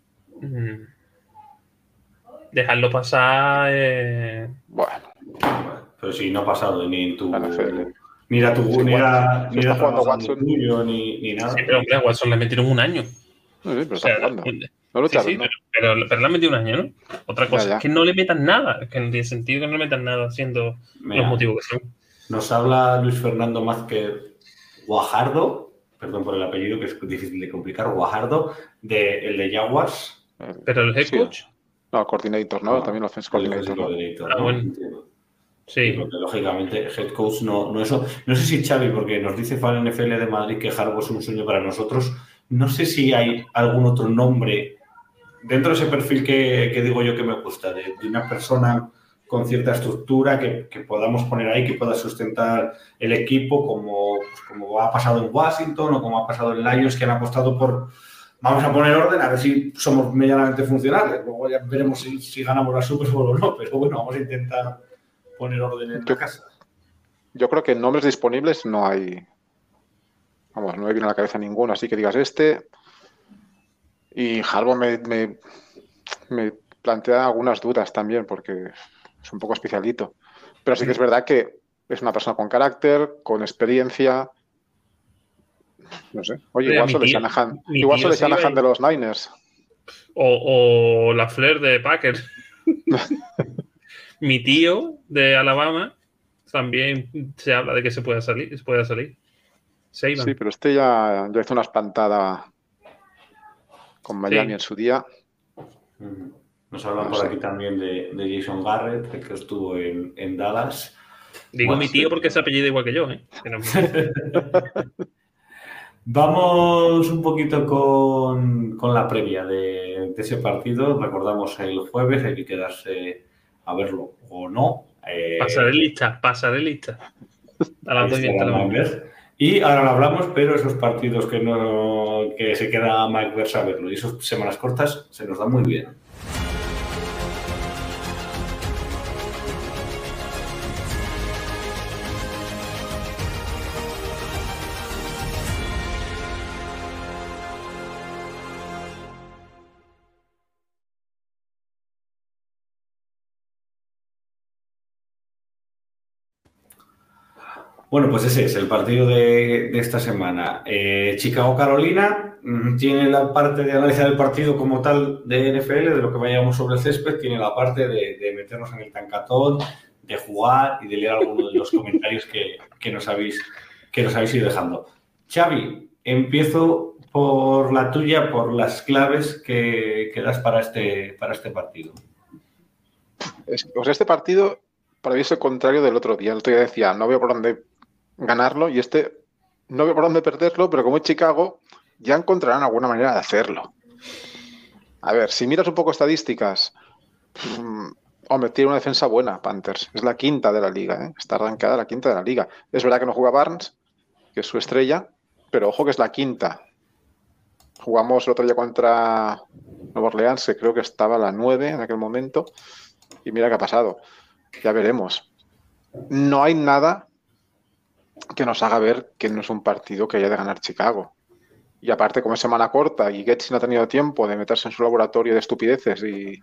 dejarlo pasar bueno, pero si no ha pasado ni en tu... Ni era tu ni nada tuyo, ni nada. Sí, pero hombre, a Watson le metieron un año. Sí, pero está jugando. Pero le han metido un año, ¿no? Otra cosa es que no le metan nada. Es que no tiene sentido que no le metan nada haciendo los motivos que son. Nos habla Luis Fernando Mázquez Guajardo, perdón por el apellido, que es difícil de complicar, Guajardo, el de Jaguars. Pero el head coach. No, coordinator, ¿no? También offense coordinator. ¿no? Bueno. Sí. Porque lógicamente head coach no eso. No sé si Xavi, porque nos dice Fan NFL de Madrid que Harbaugh es un sueño para nosotros. No sé si hay algún otro nombre dentro de ese perfil que digo yo que me gusta, de una persona con cierta estructura que podamos poner ahí, que pueda sustentar el equipo, como ha pasado en Washington o como ha pasado en Lions, que han apostado por vamos a poner orden, a ver si somos medianamente funcionales. Luego ya veremos si ganamos la Super Bowl o no, pero bueno, vamos a intentar poner orden en la casa. Yo creo que nombres disponibles no hay. Vamos, no me viene a la cabeza ninguno, así que digas este. Y Harbaugh me plantea algunas dudas también, porque es un poco especialito. Pero sí que es verdad que es una persona con carácter, con experiencia. No sé. Oye, igual solo Shanahan de los Niners. O la Flair de Packers. Mi tío de Alabama también se habla de que se pueda salir. Saban. Sí, pero este ya hizo una espantada con Miami en su día. Nos hablan por aquí también de Jason Garrett, el que estuvo en Dallas. Digo mi tío porque es apellido igual que yo, ¿eh? Vamos un poquito con la previa de ese partido. Recordamos el jueves, hay que quedarse a verlo o no. Pasaré lista. A las 2:20. Y ahora lo hablamos, pero esos partidos que se queda Mike Versa a verlo y esas semanas cortas se nos dan muy bien. Bueno, pues ese es el partido de esta semana. Chicago-Carolina tiene la parte de analizar el partido como tal de NFL, de lo que vayamos sobre el césped, tiene la parte de meternos en el tancatón, de jugar y de leer algunos de los comentarios que nos habéis ido dejando. Xavi, empiezo por la tuya, por las claves que das para este partido. Pues este partido para mí es el contrario del otro día. El otro día decía, no veo por dónde ganarlo, y no veo por dónde perderlo, pero como es Chicago, ya encontrarán alguna manera de hacerlo. A ver, si miras un poco estadísticas, hombre, tiene una defensa buena, Panthers. Es la quinta de la liga, ¿eh? Está arrancada la quinta de la liga. Es verdad que no juega Barnes, que es su estrella, pero ojo que es la quinta. Jugamos el otro día contra Nueva Orleans, que creo que estaba la 9 en aquel momento, y mira qué ha pasado. Ya veremos. No hay nada que nos haga ver que no es un partido que haya de ganar Chicago. Y aparte, como es semana corta y Getz no ha tenido tiempo de meterse en su laboratorio de estupideces y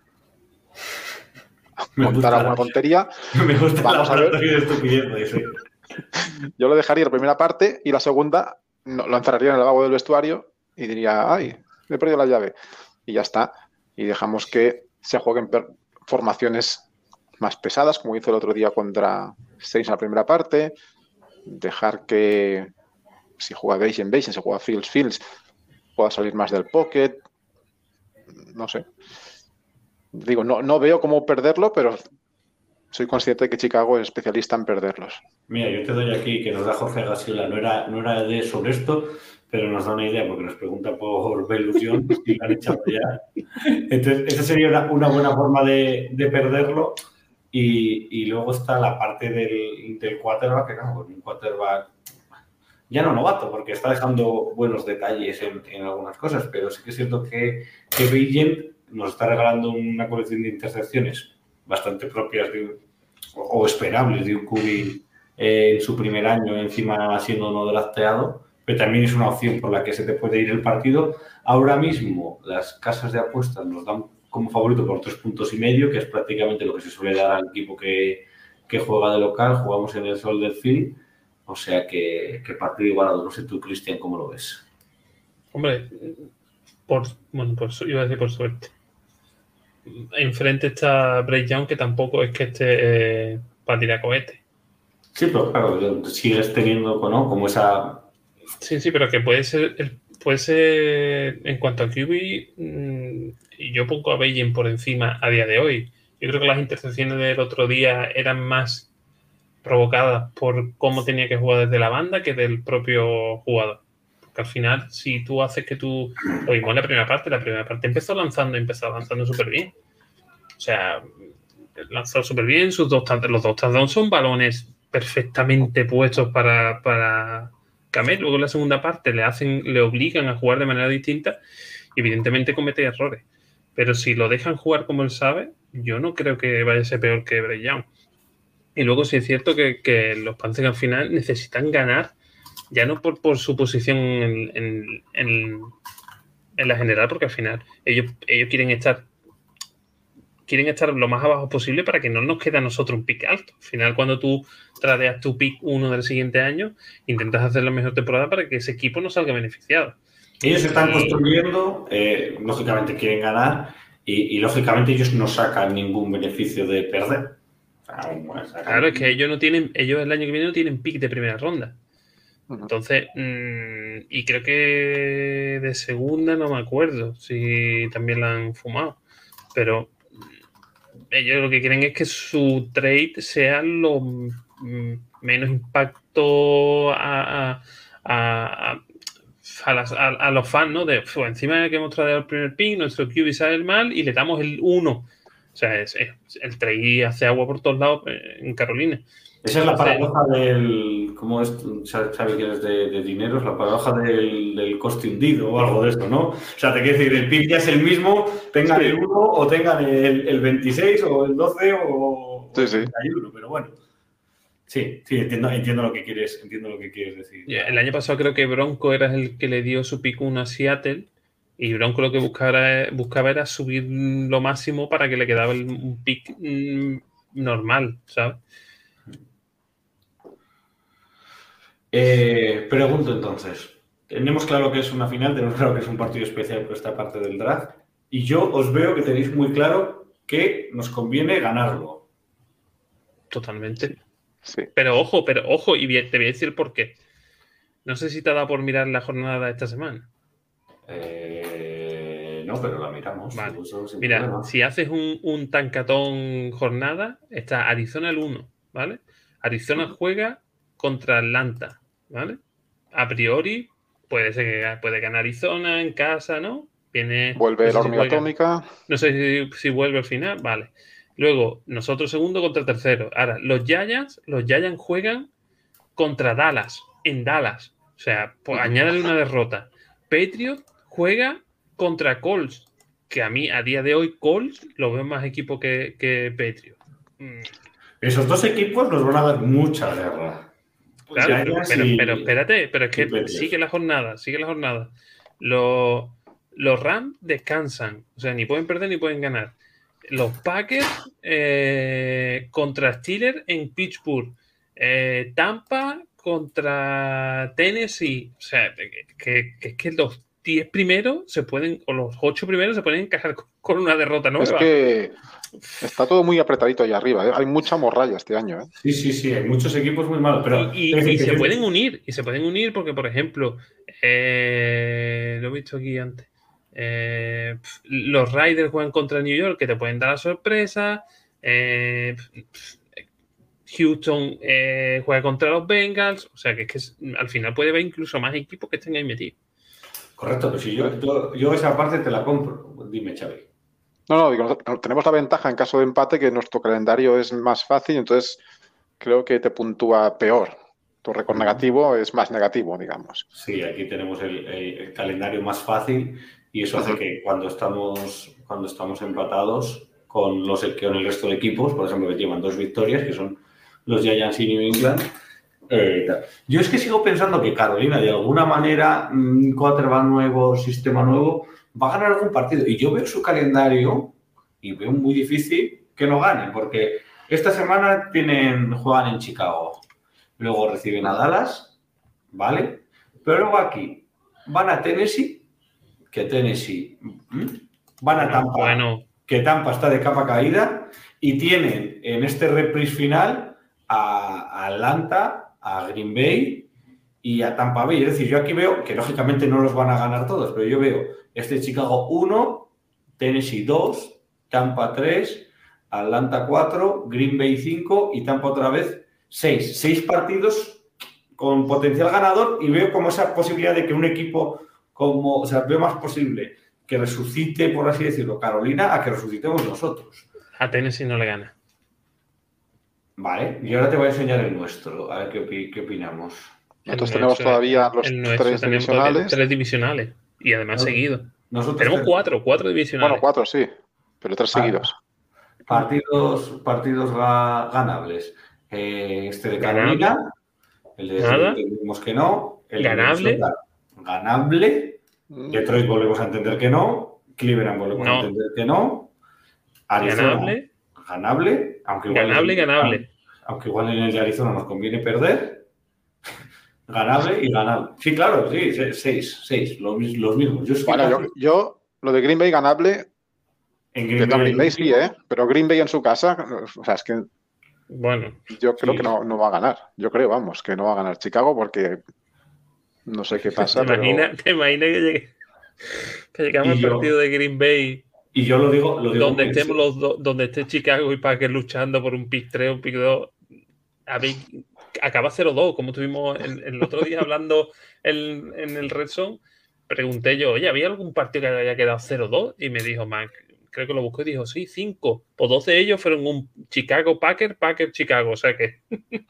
montar alguna tontería, me gusta vamos a ver. De estupideces, sí. Yo lo dejaría la primera parte y la segunda lo encerraría en el lavabo del vestuario y diría, ay, me he perdido la llave. Y ya está. Y dejamos que se jueguen formaciones más pesadas, como hizo el otro día contra Saints en la primera parte. Dejar que si juega Bayesian, si juega Fields, pueda salir más del pocket. No sé. Digo, no veo cómo perderlo, pero soy consciente de que Chicago es especialista en perderlos. Mira, yo te doy aquí que nos da Jorge Gasiola, no era de sobre esto, pero nos da una idea porque nos pregunta por Belusión si lo han echado ya. Entonces, esa sería una buena forma de perderlo. Y luego está la parte del quarterback, que no, un quarterback ya no novato, porque está dejando buenos detalles en algunas cosas, pero sí que es cierto que Bagent nos está regalando una colección de intercepciones bastante propias o esperables de un QB en su primer año, encima siendo no drafteado, pero también es una opción por la que se te puede ir el partido. Ahora mismo las casas de apuestas nos dan como favorito por 3,5 puntos, que es prácticamente lo que se suele dar al equipo que juega de local. Jugamos en el Soldier Field, o sea que partido igualado. No sé tú, Cristian, ¿cómo lo ves? Hombre, iba a decir por suerte. Enfrente está Bryce Young, que tampoco es que esté para tirar cohetes. Sí, pero claro, sigues teniendo, ¿no?, como esa Sí, pero que puede ser en cuanto a QB, y yo pongo a Beijing por encima a día de hoy. Yo creo que las intercepciones del otro día eran más provocadas por cómo tenía que jugar desde la banda que del propio jugador. Porque al final, si tú haces que tú... Lo vimos en la primera parte empezó lanzando súper bien. O sea, lanzó súper bien, los dos touchdowns son balones perfectamente puestos para Kmet. Luego en la segunda parte le obligan a jugar de manera distinta y evidentemente comete errores. Pero si lo dejan jugar como él sabe, yo no creo que vaya a ser peor que Bryce Young. Y luego sí es cierto que los Panthers al final necesitan ganar, ya no por su posición en la general, porque al final ellos quieren estar lo más abajo posible para que no nos quede a nosotros un pick alto. Al final, cuando tú tradeas tu pick 1 del siguiente año, intentas hacer la mejor temporada para que ese equipo no salga beneficiado. Ellos están construyendo, lógicamente quieren ganar y lógicamente ellos no sacan ningún beneficio de perder. Claro, es que ellos el año que viene no tienen pick de primera ronda. Entonces, y creo que de segunda no me acuerdo si también la han fumado, pero ellos lo que quieren es que su trade sea lo menos impacto a los fans, ¿no? Encima de que hemos traído el primer pick, nuestro QB sale mal y le damos el 1. O sea, el trade hace agua por todos lados en Carolina. Esa es la paradoja del... ¿Cómo es? ¿Sabe que es de dinero? Es la paradoja del coste hundido o algo de esto, ¿no? O sea, te quiero decir, el PIB ya es el mismo, tengan el 1 o tengan el 26 o el 12 o el 31, pero bueno. Sí, entiendo lo que quieres decir. El año pasado creo que Bronco era el que le dio su pick 1 a Seattle y Bronco lo que buscaba era subir lo máximo para que le quedaba un pick normal, ¿sabes? Pregunto entonces, tenemos claro que es una final, tenemos claro que es un partido especial por esta parte del draft y yo os veo que tenéis muy claro que nos conviene ganarlo. Totalmente. Sí. Pero ojo, y te voy a decir por qué. No sé si te ha dado por mirar la jornada de esta semana. No, pero la miramos. Vale. Mira, si haces un tancatón jornada, está Arizona el 1, ¿vale? Arizona juega contra Atlanta, ¿vale? A priori, puede ganar Arizona en casa, ¿no? Vuelve la hormiga atómica. No sé si vuelve al final, vale. Luego, nosotros segundo contra tercero. Ahora, los Giants juegan contra Dallas, en Dallas. O sea, pues añádale una derrota. Patriot juega contra Colts, que a mí, a día de hoy, Colts lo veo más equipo que Patriot. Esos dos equipos nos van a dar mucha guerra. Claro, pero espérate, pero es que sigue la jornada. Los Rams descansan, o sea, ni pueden perder ni pueden ganar. Los Packers contra Steelers en Pittsburgh. Tampa contra Tennessee. O sea, que los 10 primeros o los 8 primeros se pueden encajar con una derrota nueva. Es que está todo muy apretadito ahí arriba, ¿eh? Hay mucha morralla este año, ¿eh? Sí, hay muchos equipos muy malos. Pero y se pueden unir, porque, por ejemplo, lo he visto aquí antes. Los Raiders juegan contra New York, que te pueden dar la sorpresa. Houston juega contra los Bengals. O sea, que al final puede haber incluso más equipos que estén ahí metidos. Correcto, pero si yo esa parte te la compro. Dime, Xavi. No, digo, tenemos la ventaja en caso de empate que nuestro calendario es más fácil, entonces creo que te puntúa peor. Tu récord negativo es más negativo, digamos. Sí, aquí tenemos el calendario más fácil y eso hace que cuando estamos empatados con el resto de equipos, por ejemplo, que llevan 2 victorias, que son los Giants y New England. Yo es que sigo pensando que Carolina, de alguna manera, quarterback nuevo, sistema nuevo, va a ganar algún partido. Y yo veo su calendario y veo muy difícil que no ganen, porque esta semana juegan en Chicago, luego reciben a Dallas, ¿vale? Pero luego aquí van a Tennessee, que Tennessee van a Tampa, que Tampa está de capa caída, y tienen en este reprise final a Atlanta, a Green Bay y a Tampa Bay. Es decir, yo aquí veo que lógicamente no los van a ganar todos, pero yo veo Chicago 1, Tennessee 2, Tampa 3, Atlanta 4, Green Bay 5 y Tampa otra vez 6. 6 partidos con potencial ganador y veo como esa posibilidad de que un equipo veo más posible que resucite, por así decirlo, Carolina a que resucitemos nosotros. A Tennessee no le gana. Vale, y ahora te voy a enseñar el nuestro, a ver qué opinamos. Nosotros tenemos todavía los 3 divisionales. 3 divisionales y además seguidos. Tenemos 4 divisionales. Bueno, 4 sí, pero 3 seguidos. Partidos ganables. De Carolina, el de vimos que no. El ganable. Ganable. Detroit volvemos a entender que no. Cleveland volvemos a entender que no. Arizona, ganable. Aunque igual en el de Arizona nos conviene perder. Ganable y ganable. Sí, claro, sí, 6, los mismos. Yo lo de Green Bay ganable. En Green Bay sí, pero Green Bay en su casa, o sea, es que bueno, yo creo que no va a ganar. Yo creo, vamos, que no va a ganar Chicago porque no sé qué pasa. ¿Te imaginas que llegamos al partido de Green Bay y yo lo digo donde estemos los dos, donde esté Chicago y Packers luchando por un pick 3, un pick 2, acaba 0-2, como estuvimos el otro día hablando en el Red Zone. Pregunté yo, oye, ¿había algún partido que haya quedado 0-2? Y me dijo, Mac, creo que lo buscó y dijo, sí, 5. Pues 12 de ellos fueron un Chicago-Packer, Packer-Chicago, o sea que...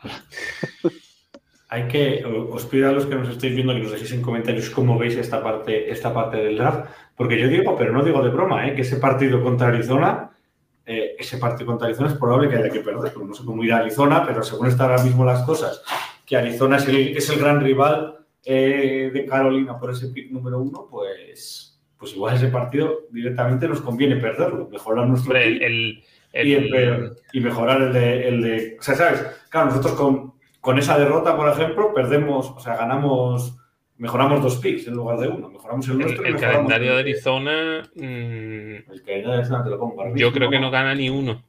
Os pido a los que nos estéis viendo que nos dejéis en comentarios cómo veis esta parte del draft, porque yo digo, pero no digo de broma, que ese partido contra Arizona es probable que haya que perder. No sé cómo ir a Arizona, pero según están ahora mismo las cosas, que Arizona es el gran rival de Carolina por ese pick número 1, pues igual ese partido directamente nos conviene perderlo, mejorar nuestro pick y mejorar el de... O sea, ¿sabes? Claro, nosotros con esa derrota, por ejemplo, perdemos, o sea, mejoramos 2 picks en lugar de 1, mejoramos el nuestro. El calendario de Arizona... El calendario de Arizona te lo pongo ahora mismo. Yo creo que no gana ni uno.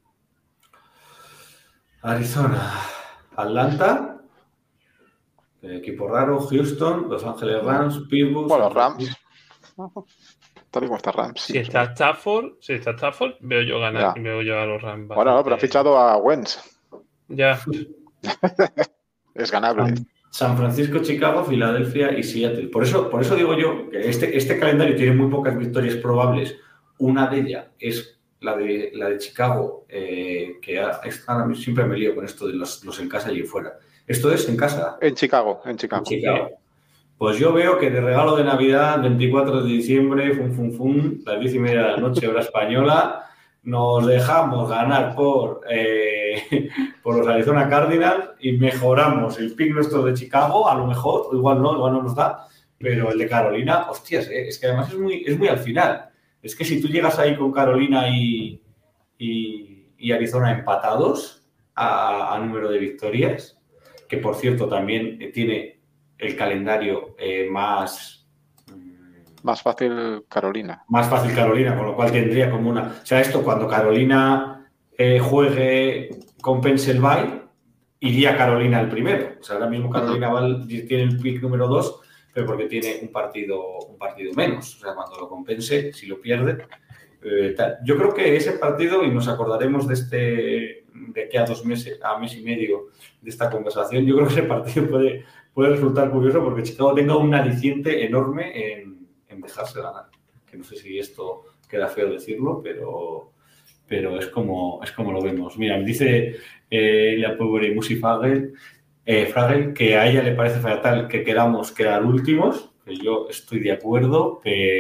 Arizona, Atlanta, equipo raro, Houston, Los Ángeles Rams, Pittsburgh... Bueno, Rams... Tal y como está Rams. Si está Stafford, veo yo ganar, veo yo a los Rams. Bueno, no, pero ha fichado a Wentz. Ya. Es ganable. San Francisco, Chicago, Filadelfia y Seattle. Por eso digo yo que este calendario tiene muy pocas victorias probables. Una de ellas es la de Chicago, que ahora mismo siempre me lío con esto de los en casa y fuera. Esto es en casa. En Chicago. Pues yo veo que de regalo de Navidad, 24 de diciembre, las 10:30 de la noche, hora española, nos dejamos ganar por los Arizona Cardinals y mejoramos el pick nuestro de Chicago, a lo mejor, o igual no nos da, pero el de Carolina, hostias, es que además es muy al final. Es que si tú llegas ahí con Carolina y Arizona empatados a número de victorias, que por cierto también tiene el calendario más fácil Carolina. Más fácil Carolina, con lo cual tendría como una... O sea, esto cuando Carolina juegue con Pennsylvania, iría Carolina el primero. O sea, ahora mismo Carolina tiene el pick número 2, pero porque tiene un partido menos. O sea, cuando lo compense, si lo pierde... tal. Yo creo que ese partido, y nos acordaremos de aquí a 2 meses, a mes y medio de esta conversación, yo creo que ese partido puede resultar curioso porque Chicago tenga un aliciente enorme en dejarse ganar. Que no sé si esto queda feo decirlo, pero es como lo vemos. Mira, me dice la pobre Musi Fragel que a ella le parece fatal que queramos quedar últimos, que yo estoy de acuerdo,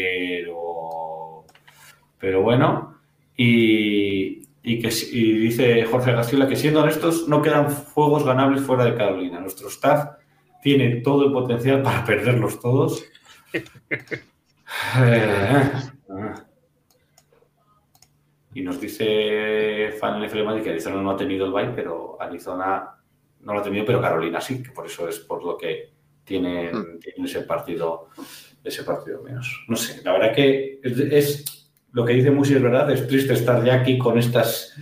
pero bueno, y dice Jorge Gastiola que siendo honestos no quedan juegos ganables fuera de Carolina. Nuestro staff tiene todo el potencial para perderlos todos. Y nos dice Fan NFL que Arizona no ha tenido el bye, pero Arizona no lo ha tenido, pero Carolina sí, que por eso es por lo que tiene ese partido menos. No sé, la verdad que es lo que dice Musi, es verdad, es triste estar ya aquí con estas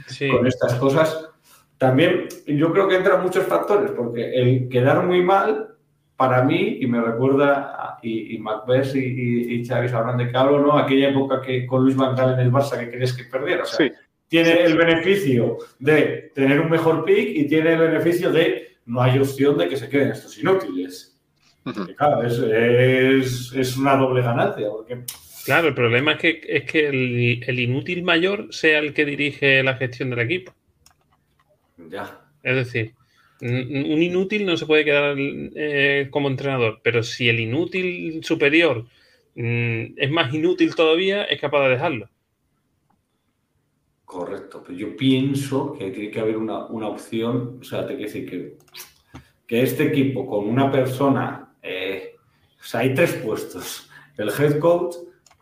cosas. También yo creo que entran muchos factores, porque el quedar muy mal para mí, y me recuerda, y Macbeth y Xavi sabrán de qué hablo, ¿no? Aquella época que con Luis Van Gaal en el Barça que querías que perdiera. O sea, Sí. tiene el beneficio de tener un mejor pick y tiene el beneficio de no hay opción de que se queden estos inútiles. Que, claro, es una doble ganancia. Porque... Claro, el problema es que el inútil mayor sea el que dirige la gestión del equipo. Ya. Es decir, un inútil no se puede quedar como entrenador, pero si el inútil superior es más inútil todavía, es capaz de dejarlo. Correcto, pero yo pienso que tiene que haber una opción, o sea, te quiero decir que este equipo con una persona, o sea, hay 3 puestos, el head coach,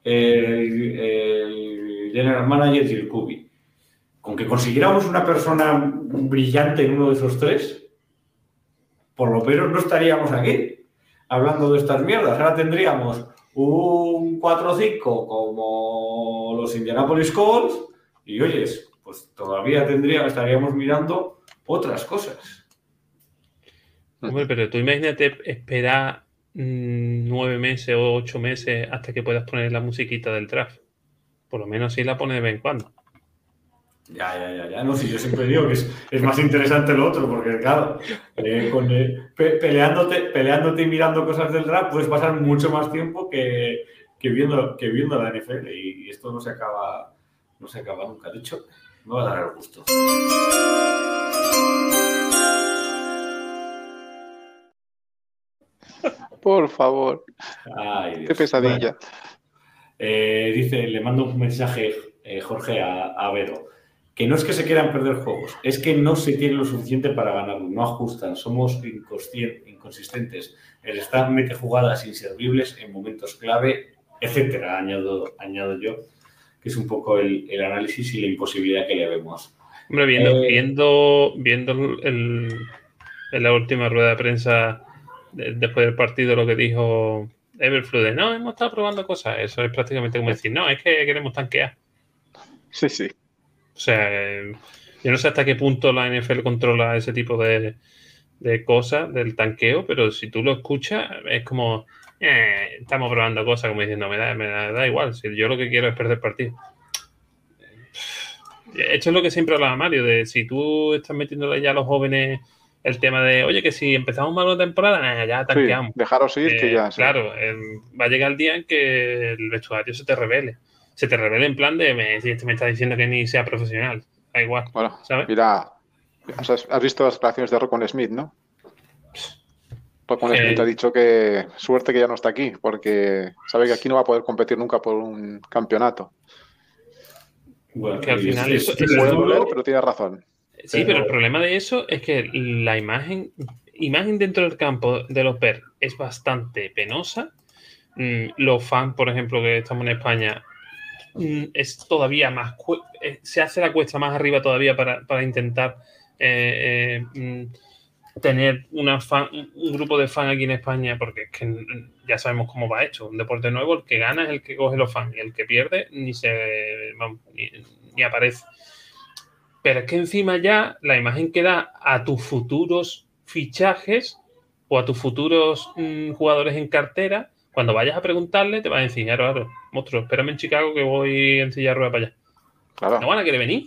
el general manager y el QB. Con que consiguiéramos una persona brillante en uno de esos 3, por lo menos no estaríamos aquí hablando de estas mierdas. Ahora tendríamos un 4-5 como los Indianapolis Colts y, oyes, pues todavía estaríamos mirando otras cosas. Hombre, pero tú imagínate esperar 9 meses o 8 meses hasta que puedas poner la musiquita del draft. Por lo menos sí la pone de vez en cuando. Ya. No, si yo siempre digo que es más interesante lo otro, porque claro, peleándote y mirando cosas del draft puedes pasar mucho más tiempo que viendo la NFL y esto no se acaba nunca. De hecho, me va a dar el gusto. Por favor. Ay, Dios. Qué pesadilla. Bueno, dice, le mando un mensaje, Jorge, a Vero. Que no es que se quieran perder juegos, es que no se tiene lo suficiente para ganarlo, no ajustan, somos inconsistentes. El staff mete jugadas inservibles en momentos clave, etcétera, añado yo, que es un poco el análisis y la imposibilidad que le vemos. Hombre, viendo en la última rueda de prensa después del partido lo que dijo Everflux de no, hemos estado probando cosas, eso es prácticamente como decir, no, es que queremos tanquear. Sí. O sea, yo no sé hasta qué punto la NFL controla ese tipo de cosas del tanqueo, pero si tú lo escuchas, es como estamos probando cosas, como diciendo, me da igual, si yo lo que quiero es perder partido. Esto es lo que siempre hablaba Mario, de si tú estás metiéndole ya a los jóvenes el tema de, oye, que si empezamos mal una temporada, ya tanqueamos. Sí, dejaros ir, que ya... Claro, va a llegar el ddía en que el vestuario se te revele. Se te revela en plan de, si este me está diciendo que ni sea profesional. Da igual, bueno, ¿sabes? Mira, has visto las declaraciones de Roquan Smith, ¿no? Roquan Smith ha dicho que suerte que ya no está aquí, porque sabe que aquí no va a poder competir nunca por un campeonato. Bueno, que al final eso puede doler, pero tiene razón. Sí, pero el problema de eso es que la imagen dentro del campo de los Bears es bastante penosa. Los fans, por ejemplo, que estamos en España, es todavía más, se hace la cuesta más arriba todavía para intentar tener un grupo de fans aquí en España, porque es que ya sabemos cómo va hecho. Un deporte nuevo, el que gana es el que coge los fans y el que pierde ni aparece. Pero es que encima ya la imagen que da a tus futuros fichajes o a tus futuros jugadores en cartera, cuando vayas a preguntarle, te van a decir, claro, monstruo, espérame en Chicago que voy en silla de ruedas para allá. Claro. No van a querer venir.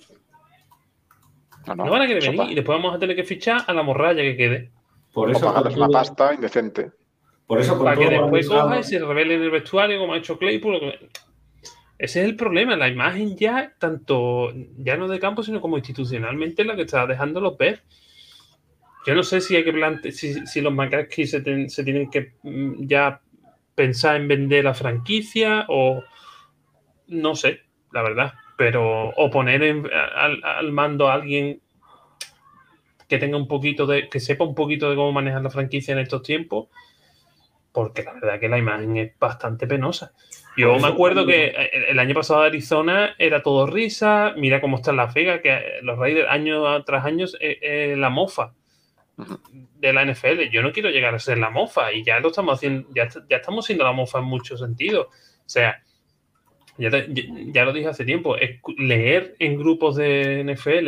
No van a querer venir y después vamos a tener que fichar a la morralla que quede. Por eso pagarles una pasta indecente. Por eso, para que después coja y se revele en el vestuario como ha hecho Claypool. Ese es el problema. La imagen ya, tanto ya no de campo, sino como institucionalmente, la que está dejando los Bears. Yo no sé si hay que si los McCaskey se tienen que ya pensar en vender la franquicia o no sé, la verdad. Pero o poner al mando a alguien que tenga que sepa un poquito de cómo manejar la franquicia en estos tiempos, porque la verdad que la imagen es bastante penosa. Yo me acuerdo que el año pasado de Arizona era todo risa, mira cómo está en Las Vegas, que los Raiders año tras año la mofa de la NFL. Yo no quiero llegar a ser la mofa y ya lo estamos haciendo, ya estamos siendo la mofa en muchos sentidos. O sea, ya lo dije hace tiempo, es leer en grupos de NFL.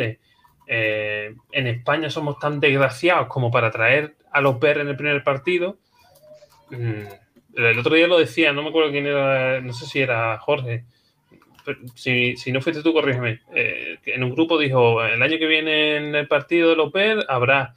En España somos tan desgraciados como para traer a los Bears en el primer partido. El otro día lo decía, no me acuerdo quién era, no sé si era Jorge. Si no fuiste tú, corrígeme. Que en un grupo dijo, el año que viene en el partido de los Bears habrá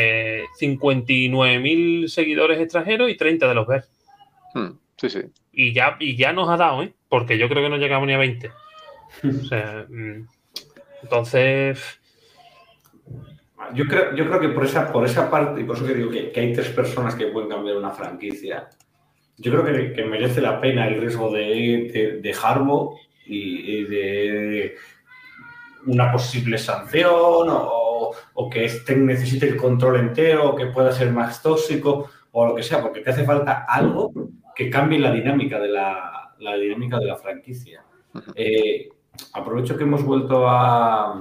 59.000 seguidores extranjeros y 30 de los Bears. Sí, sí. Y ya nos ha dado, ¿eh? Porque yo creo que no llegamos ni a 20. O sea, entonces... Yo creo que por esa parte, y por eso que digo que hay 3 personas que pueden cambiar una franquicia, yo creo que merece la pena el riesgo de Harbaugh y de una posible sanción o que necesite el control entero o que pueda ser más tóxico o lo que sea, porque te hace falta algo que cambie la dinámica de la franquicia. Aprovecho que hemos vuelto a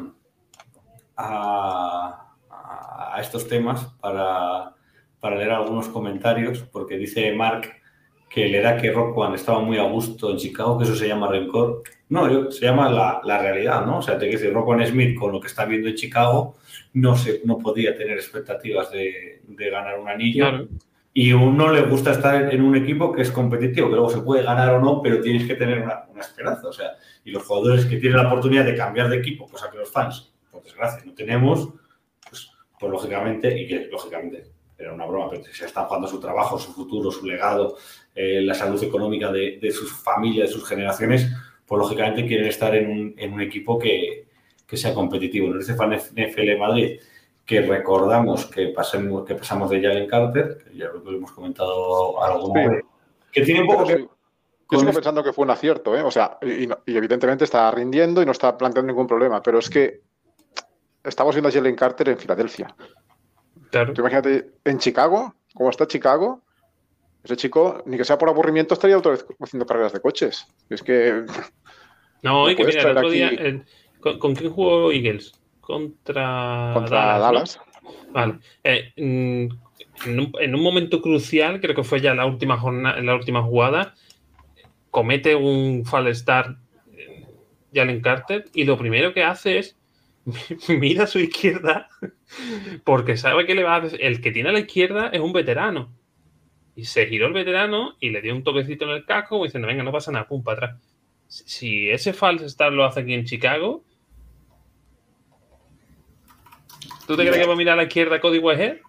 estos temas para leer algunos comentarios, porque dice Mark que le da que Rock One estaba muy a gusto en Chicago, que eso se llama rencor. No, se llama la realidad, ¿no? O sea, te quiero decir, Rock One Smith, con lo que está viendo en Chicago, no podía tener expectativas de ganar un anillo. Claro. Y a uno le gusta estar en un equipo que es competitivo, que luego se puede ganar o no, pero tienes que tener una esperanza. O sea, y los jugadores que tienen la oportunidad de cambiar de equipo, cosa que los fans, por desgracia, no tenemos, pues lógicamente, y que lógicamente era una broma, pero se están jugando su trabajo, su futuro, su legado, la salud económica de sus familias, de sus generaciones, pues lógicamente quieren estar en un equipo que sea competitivo. Nos dice NFL Madrid que recordamos que pasamos de Jalen Carter, que ya lo hemos comentado alguna vez, que tiene un poco que... Yo sigo pensando que fue un acierto, ¿eh? O sea, y evidentemente está rindiendo y no está planteando ningún problema, pero es que estamos viendo a Jalen Carter en Filadelfia. Claro. Tú imagínate, en Chicago, como está Chicago, ese chico, ni que sea por aburrimiento, estaría otra vez haciendo carreras de coches. Es que... No, y que mira, el otro día... ¿Con quién jugó Eagles? Contra Dallas. ¿no? Vale. En un momento crucial, creo que fue ya la última jugada, comete un false start Jalen Carter y lo primero que hace es mira a su izquierda porque sabe que le va a decir, el que tiene a la izquierda es un veterano y se giró el veterano y le dio un toquecito en el casco diciendo venga, no pasa nada, pum, para atrás. Si ese false start lo hace aquí en Chicago, ¿tú te crees que va a mirar a la izquierda Cody Whitehead?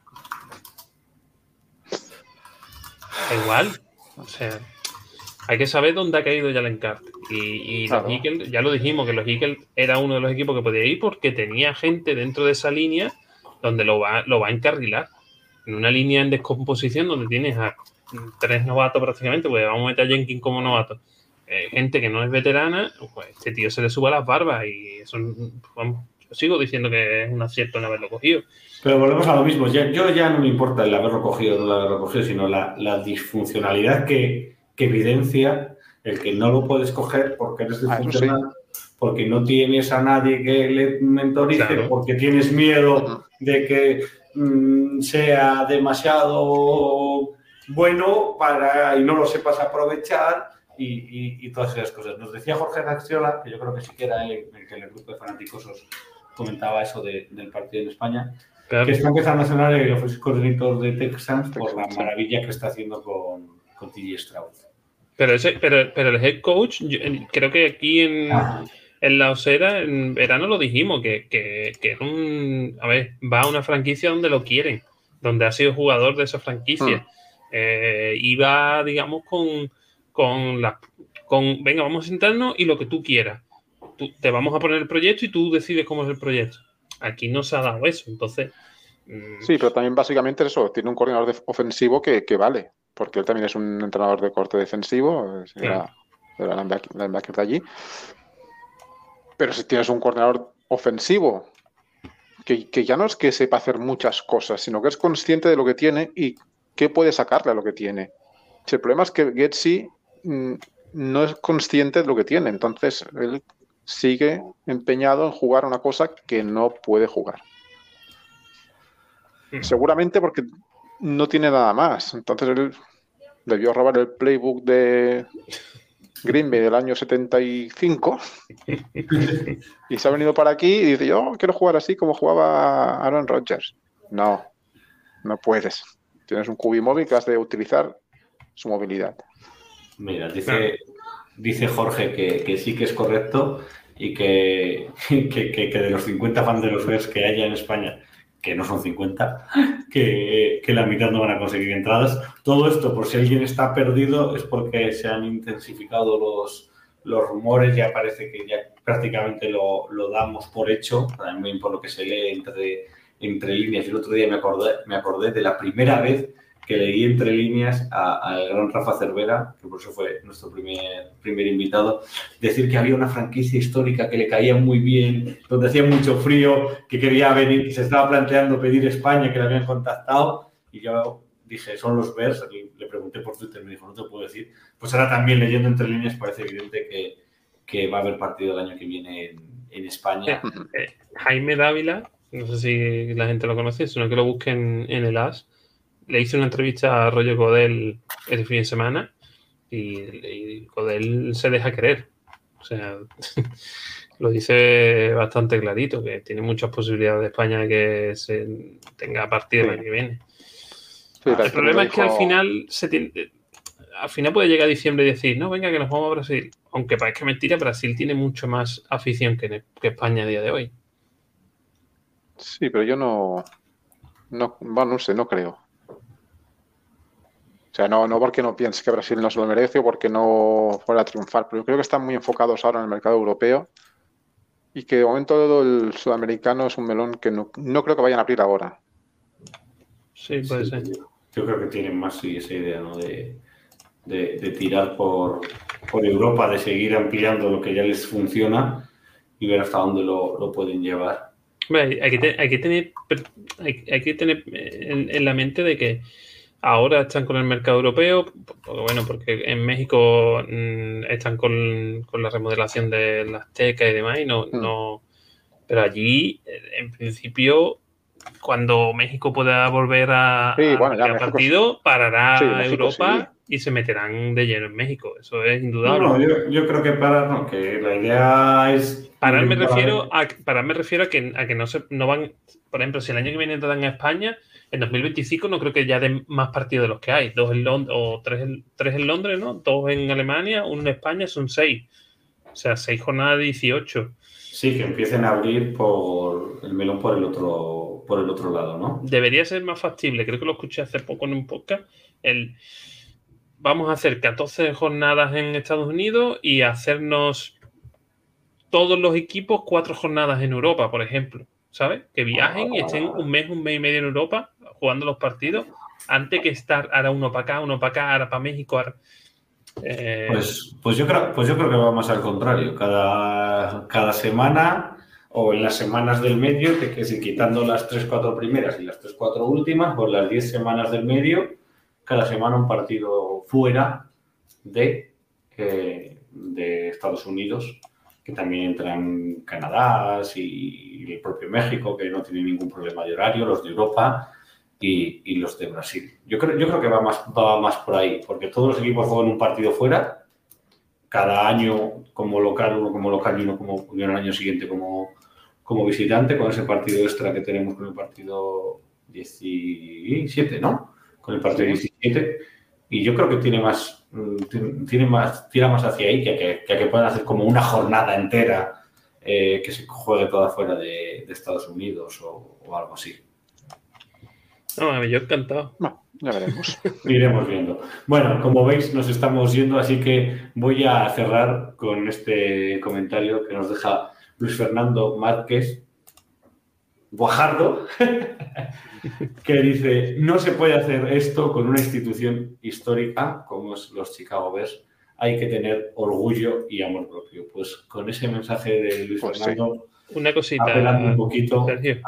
Igual, o sea, hay que saber dónde ha caído Jalen Carter. Y claro. Los Eagles, ya lo dijimos, que los Eagles era uno de los equipos que podía ir porque tenía gente dentro de esa línea donde lo va a encarrilar. En una línea en descomposición donde tienes a 3 novatos prácticamente, pues vamos a meter a Jenkins como novato. Gente que no es veterana, pues este tío se le suba las barbas y eso, vamos, yo sigo diciendo que es un acierto en haberlo cogido. Pero volvemos a lo mismo. Yo ya no me importa el haberlo cogido o no haberlo cogido, sino la disfuncionalidad que evidencia el que no lo puedes coger porque eres disfuncional, porque no tienes a nadie que le mentorice, claro. Porque tienes miedo de que sea demasiado bueno y no lo sepas aprovechar y todas esas cosas. Nos decía Jorge Gaxiola, que yo creo que sí que era el que en el grupo de fanáticosos comentaba eso del partido en España, claro. Que está empezando a sonar el offensive coordinator de Texans por la maravilla que está haciendo con TJ Stroud. Pero el head coach, creo que aquí en la Osera, en verano lo dijimos, que va a una franquicia donde lo quieren, donde ha sido jugador de esa franquicia. Iba, digamos, venga, vamos a sentarnos y lo que tú quieras. Te vamos a poner el proyecto y tú decides cómo es el proyecto. Aquí no se ha dado eso, entonces... Sí, pero también básicamente es eso, tiene un coordinador ofensivo que vale. Porque él también es un entrenador de corte defensivo, era linebacker de allí. Pero si tienes un coordinador ofensivo, que ya no es que sepa hacer muchas cosas, sino que es consciente de lo que tiene y qué puede sacarle a lo que tiene. Si el problema es que Getsy no es consciente de lo que tiene, entonces él sigue empeñado en jugar una cosa que no puede jugar. Seguramente porque no tiene nada más. Entonces él debió robar el playbook de Green Bay del año 75 y se ha venido para aquí y dice, yo quiero jugar así como jugaba Aaron Rodgers. No puedes. Tienes un QB móvil que has de utilizar su movilidad. Mira, dice Jorge que sí que es correcto y que de los 50 fans de los Bears que haya en España, que no son 50, que la mitad no van a conseguir entradas. Todo esto, por si alguien está perdido, es porque se han intensificado los rumores. Ya parece que ya prácticamente lo damos por hecho, también por lo que se lee entre líneas. El otro día me acordé de la primera vez que leí entre líneas al gran Rafa Cervera, que por eso fue nuestro primer invitado, decir que había una franquicia histórica que le caía muy bien, donde hacía mucho frío, que quería venir, que se estaba planteando pedir España, que le habían contactado, y yo dije, son los Bears, le pregunté por Twitter, me dijo, no te puedo decir. Pues ahora también leyendo entre líneas parece evidente que va a haber partido el año que viene en España. Jaime Dávila, no sé si la gente lo conoce, sino que lo busquen en el AS. Le hice una entrevista a Roger Godel el fin de semana y Godel se deja querer. O sea, lo dice bastante clarito, que tiene muchas posibilidades de España de que se tenga partido el año que viene. Sí, el problema es que al final puede llegar a diciembre y decir, no, venga, que nos vamos a Brasil. Aunque parezca mentira, Brasil tiene mucho más afición que España a día de hoy. Sí, pero yo no sé, no creo. O sea, no porque no piense que Brasil no se lo merece o porque no fuera a triunfar, pero yo creo que están muy enfocados ahora en el mercado europeo y que de momento todo el sudamericano es un melón que no creo que vayan a abrir ahora. Sí, puede ser. Yo creo que tienen más esa idea, ¿no? De tirar por Europa, de seguir ampliando lo que ya les funciona y ver hasta dónde lo pueden llevar. Hay que tener en la mente de que ahora están con el mercado europeo, porque en México están con la remodelación de la Azteca y demás, pero allí, en principio, cuando México pueda volver a partido, parará Europa y se meterán de lleno en México. Eso es indudable. No, yo creo que que la idea es... Parar me refiero a que no van... Por ejemplo, si el año que viene dan a España, en 2025 no creo que ya den más partidos de los que hay. 2 en Londres, o 3 en Londres, ¿no? 2 en Alemania, 1 en España, son 6. O sea, 6 jornadas de 18. Sí, que empiecen a abrir por el melón por el otro lado, ¿no? Debería ser más factible. Creo que lo escuché hace poco en un podcast. Vamos a hacer 14 jornadas en Estados Unidos y hacernos todos los equipos 4 jornadas en Europa, por ejemplo. ¿Sabes? Que viajen y estén un mes y medio en Europa jugando los partidos antes que estar ahora uno para acá, ahora para México. Ahora... Pues yo creo que va más al contrario. Cada semana o en las semanas del medio, que si quitando las 3-4 primeras y las 3-4 últimas, pues las 10 semanas del medio, cada semana un partido fuera de Estados Unidos, que también entran Canadá y el propio México, que no tiene ningún problema de horario, los de Europa y los de Brasil. Yo creo que va más por ahí, porque todos los equipos juegan un partido fuera, cada año como local, uno como local y uno como el año siguiente como visitante, con ese partido extra que tenemos con el partido 17, ¿no? Con el partido 17. Y yo creo que tira más hacia ahí que puedan hacer como una jornada entera que se juegue toda fuera de Estados Unidos o algo así. No, yo encantado. No, ya veremos. Iremos viendo. Bueno, como veis, nos estamos yendo, así que voy a cerrar con este comentario que nos deja Luis Fernando Márquez Guajardo, que dice: no se puede hacer esto con una institución histórica como es los Chicago Bears. Hay que tener orgullo y amor propio. Pues con ese mensaje de Luis Fernando, una cosita, apelando un poquito Sergio.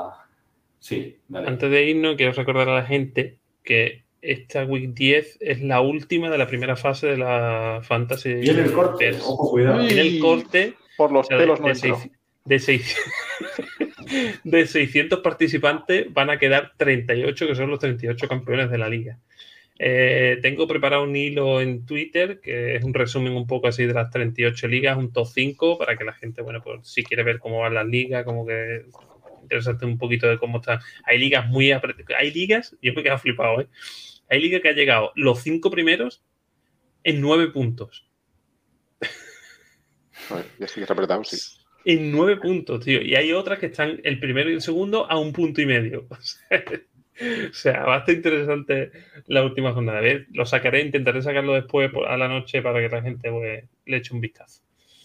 Sí, dale. Antes de irnos, quiero recordar a la gente que esta Week 10 es la última de la primera fase de la Fantasy. Y en el corte, ojo, cuidado. En el corte, por los pelos de 600 participantes van a quedar 38, que son los 38 campeones de la liga. Tengo preparado un hilo en Twitter que es un resumen un poco así de las 38 ligas, un top 5 para que la gente, bueno, pues si quiere ver cómo van las ligas, como que interesante un poquito de cómo está. Hay ligas yo me he quedado flipado, Hay liga que ha llegado los 5 primeros en 9 puntos. Ya estoy apretado, sí. En 9 puntos, tío. Y hay otras que están el primero y el segundo a 1,5 puntos. O sea, bastante interesante la última jornada. Lo sacaré, intentaré sacarlo después a la noche para que la gente pues, le eche un vistazo.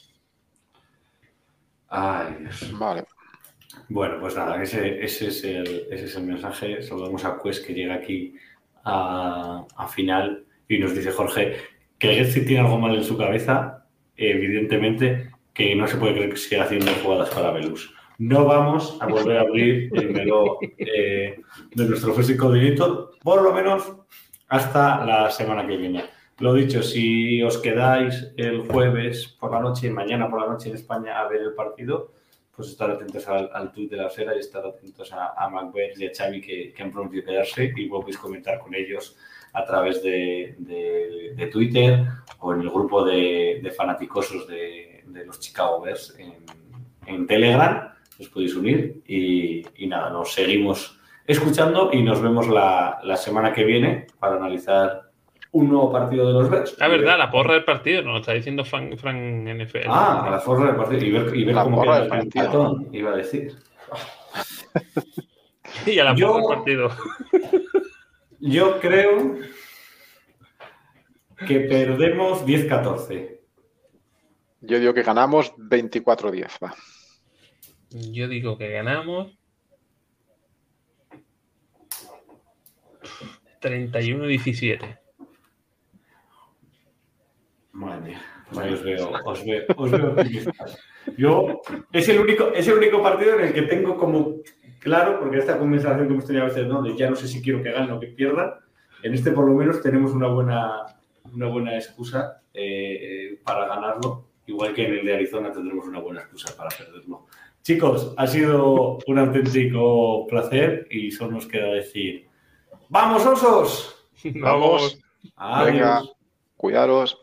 Ay, Dios. Vale. Bueno, pues nada, ese es el mensaje. Saludamos a Quest que llega aquí a final y nos dice Jorge que el Getzi tiene algo mal en su cabeza, evidentemente, que no se puede creer que siga haciendo jugadas para Velus. No vamos a volver a abrir el melón de nuestro First Coordinator, por lo menos hasta la semana que viene. Lo dicho, si os quedáis el jueves por la noche y mañana por la noche en España a ver el partido, pues estar atentos al tuit de la Osera y estar atentos a Macbeth y a Xavi que han prometido quedarse y podéis comentar con ellos a través de Twitter o en el grupo de fanaticosos de los Chicago Bears en Telegram. Os podéis unir y nada, nos seguimos escuchando y nos vemos la semana que viene para analizar un nuevo partido de los Bears. La verdad, la porra del partido, nos lo está diciendo Frank NFL. Ah, la porra del partido y ver cómo queda el empatón, iba a decir. Y a la porra del partido. Yo creo que perdemos 10-14. Yo digo que ganamos 24-10, va. Yo digo que ganamos 31-17. Madre mía, os veo optimistas. Yo, es el único partido en el que tengo como claro, porque esta conversación que hemos tenido a veces, ¿no? De ya no sé si quiero que gane o que pierda. En este por lo menos tenemos una buena excusa para ganarlo, igual que en el de Arizona tendremos una buena excusa para perderlo. Chicos, ha sido un auténtico placer y solo nos queda decir ¡vamos, osos! ¡Vamos! Adiós. Venga, cuidaros.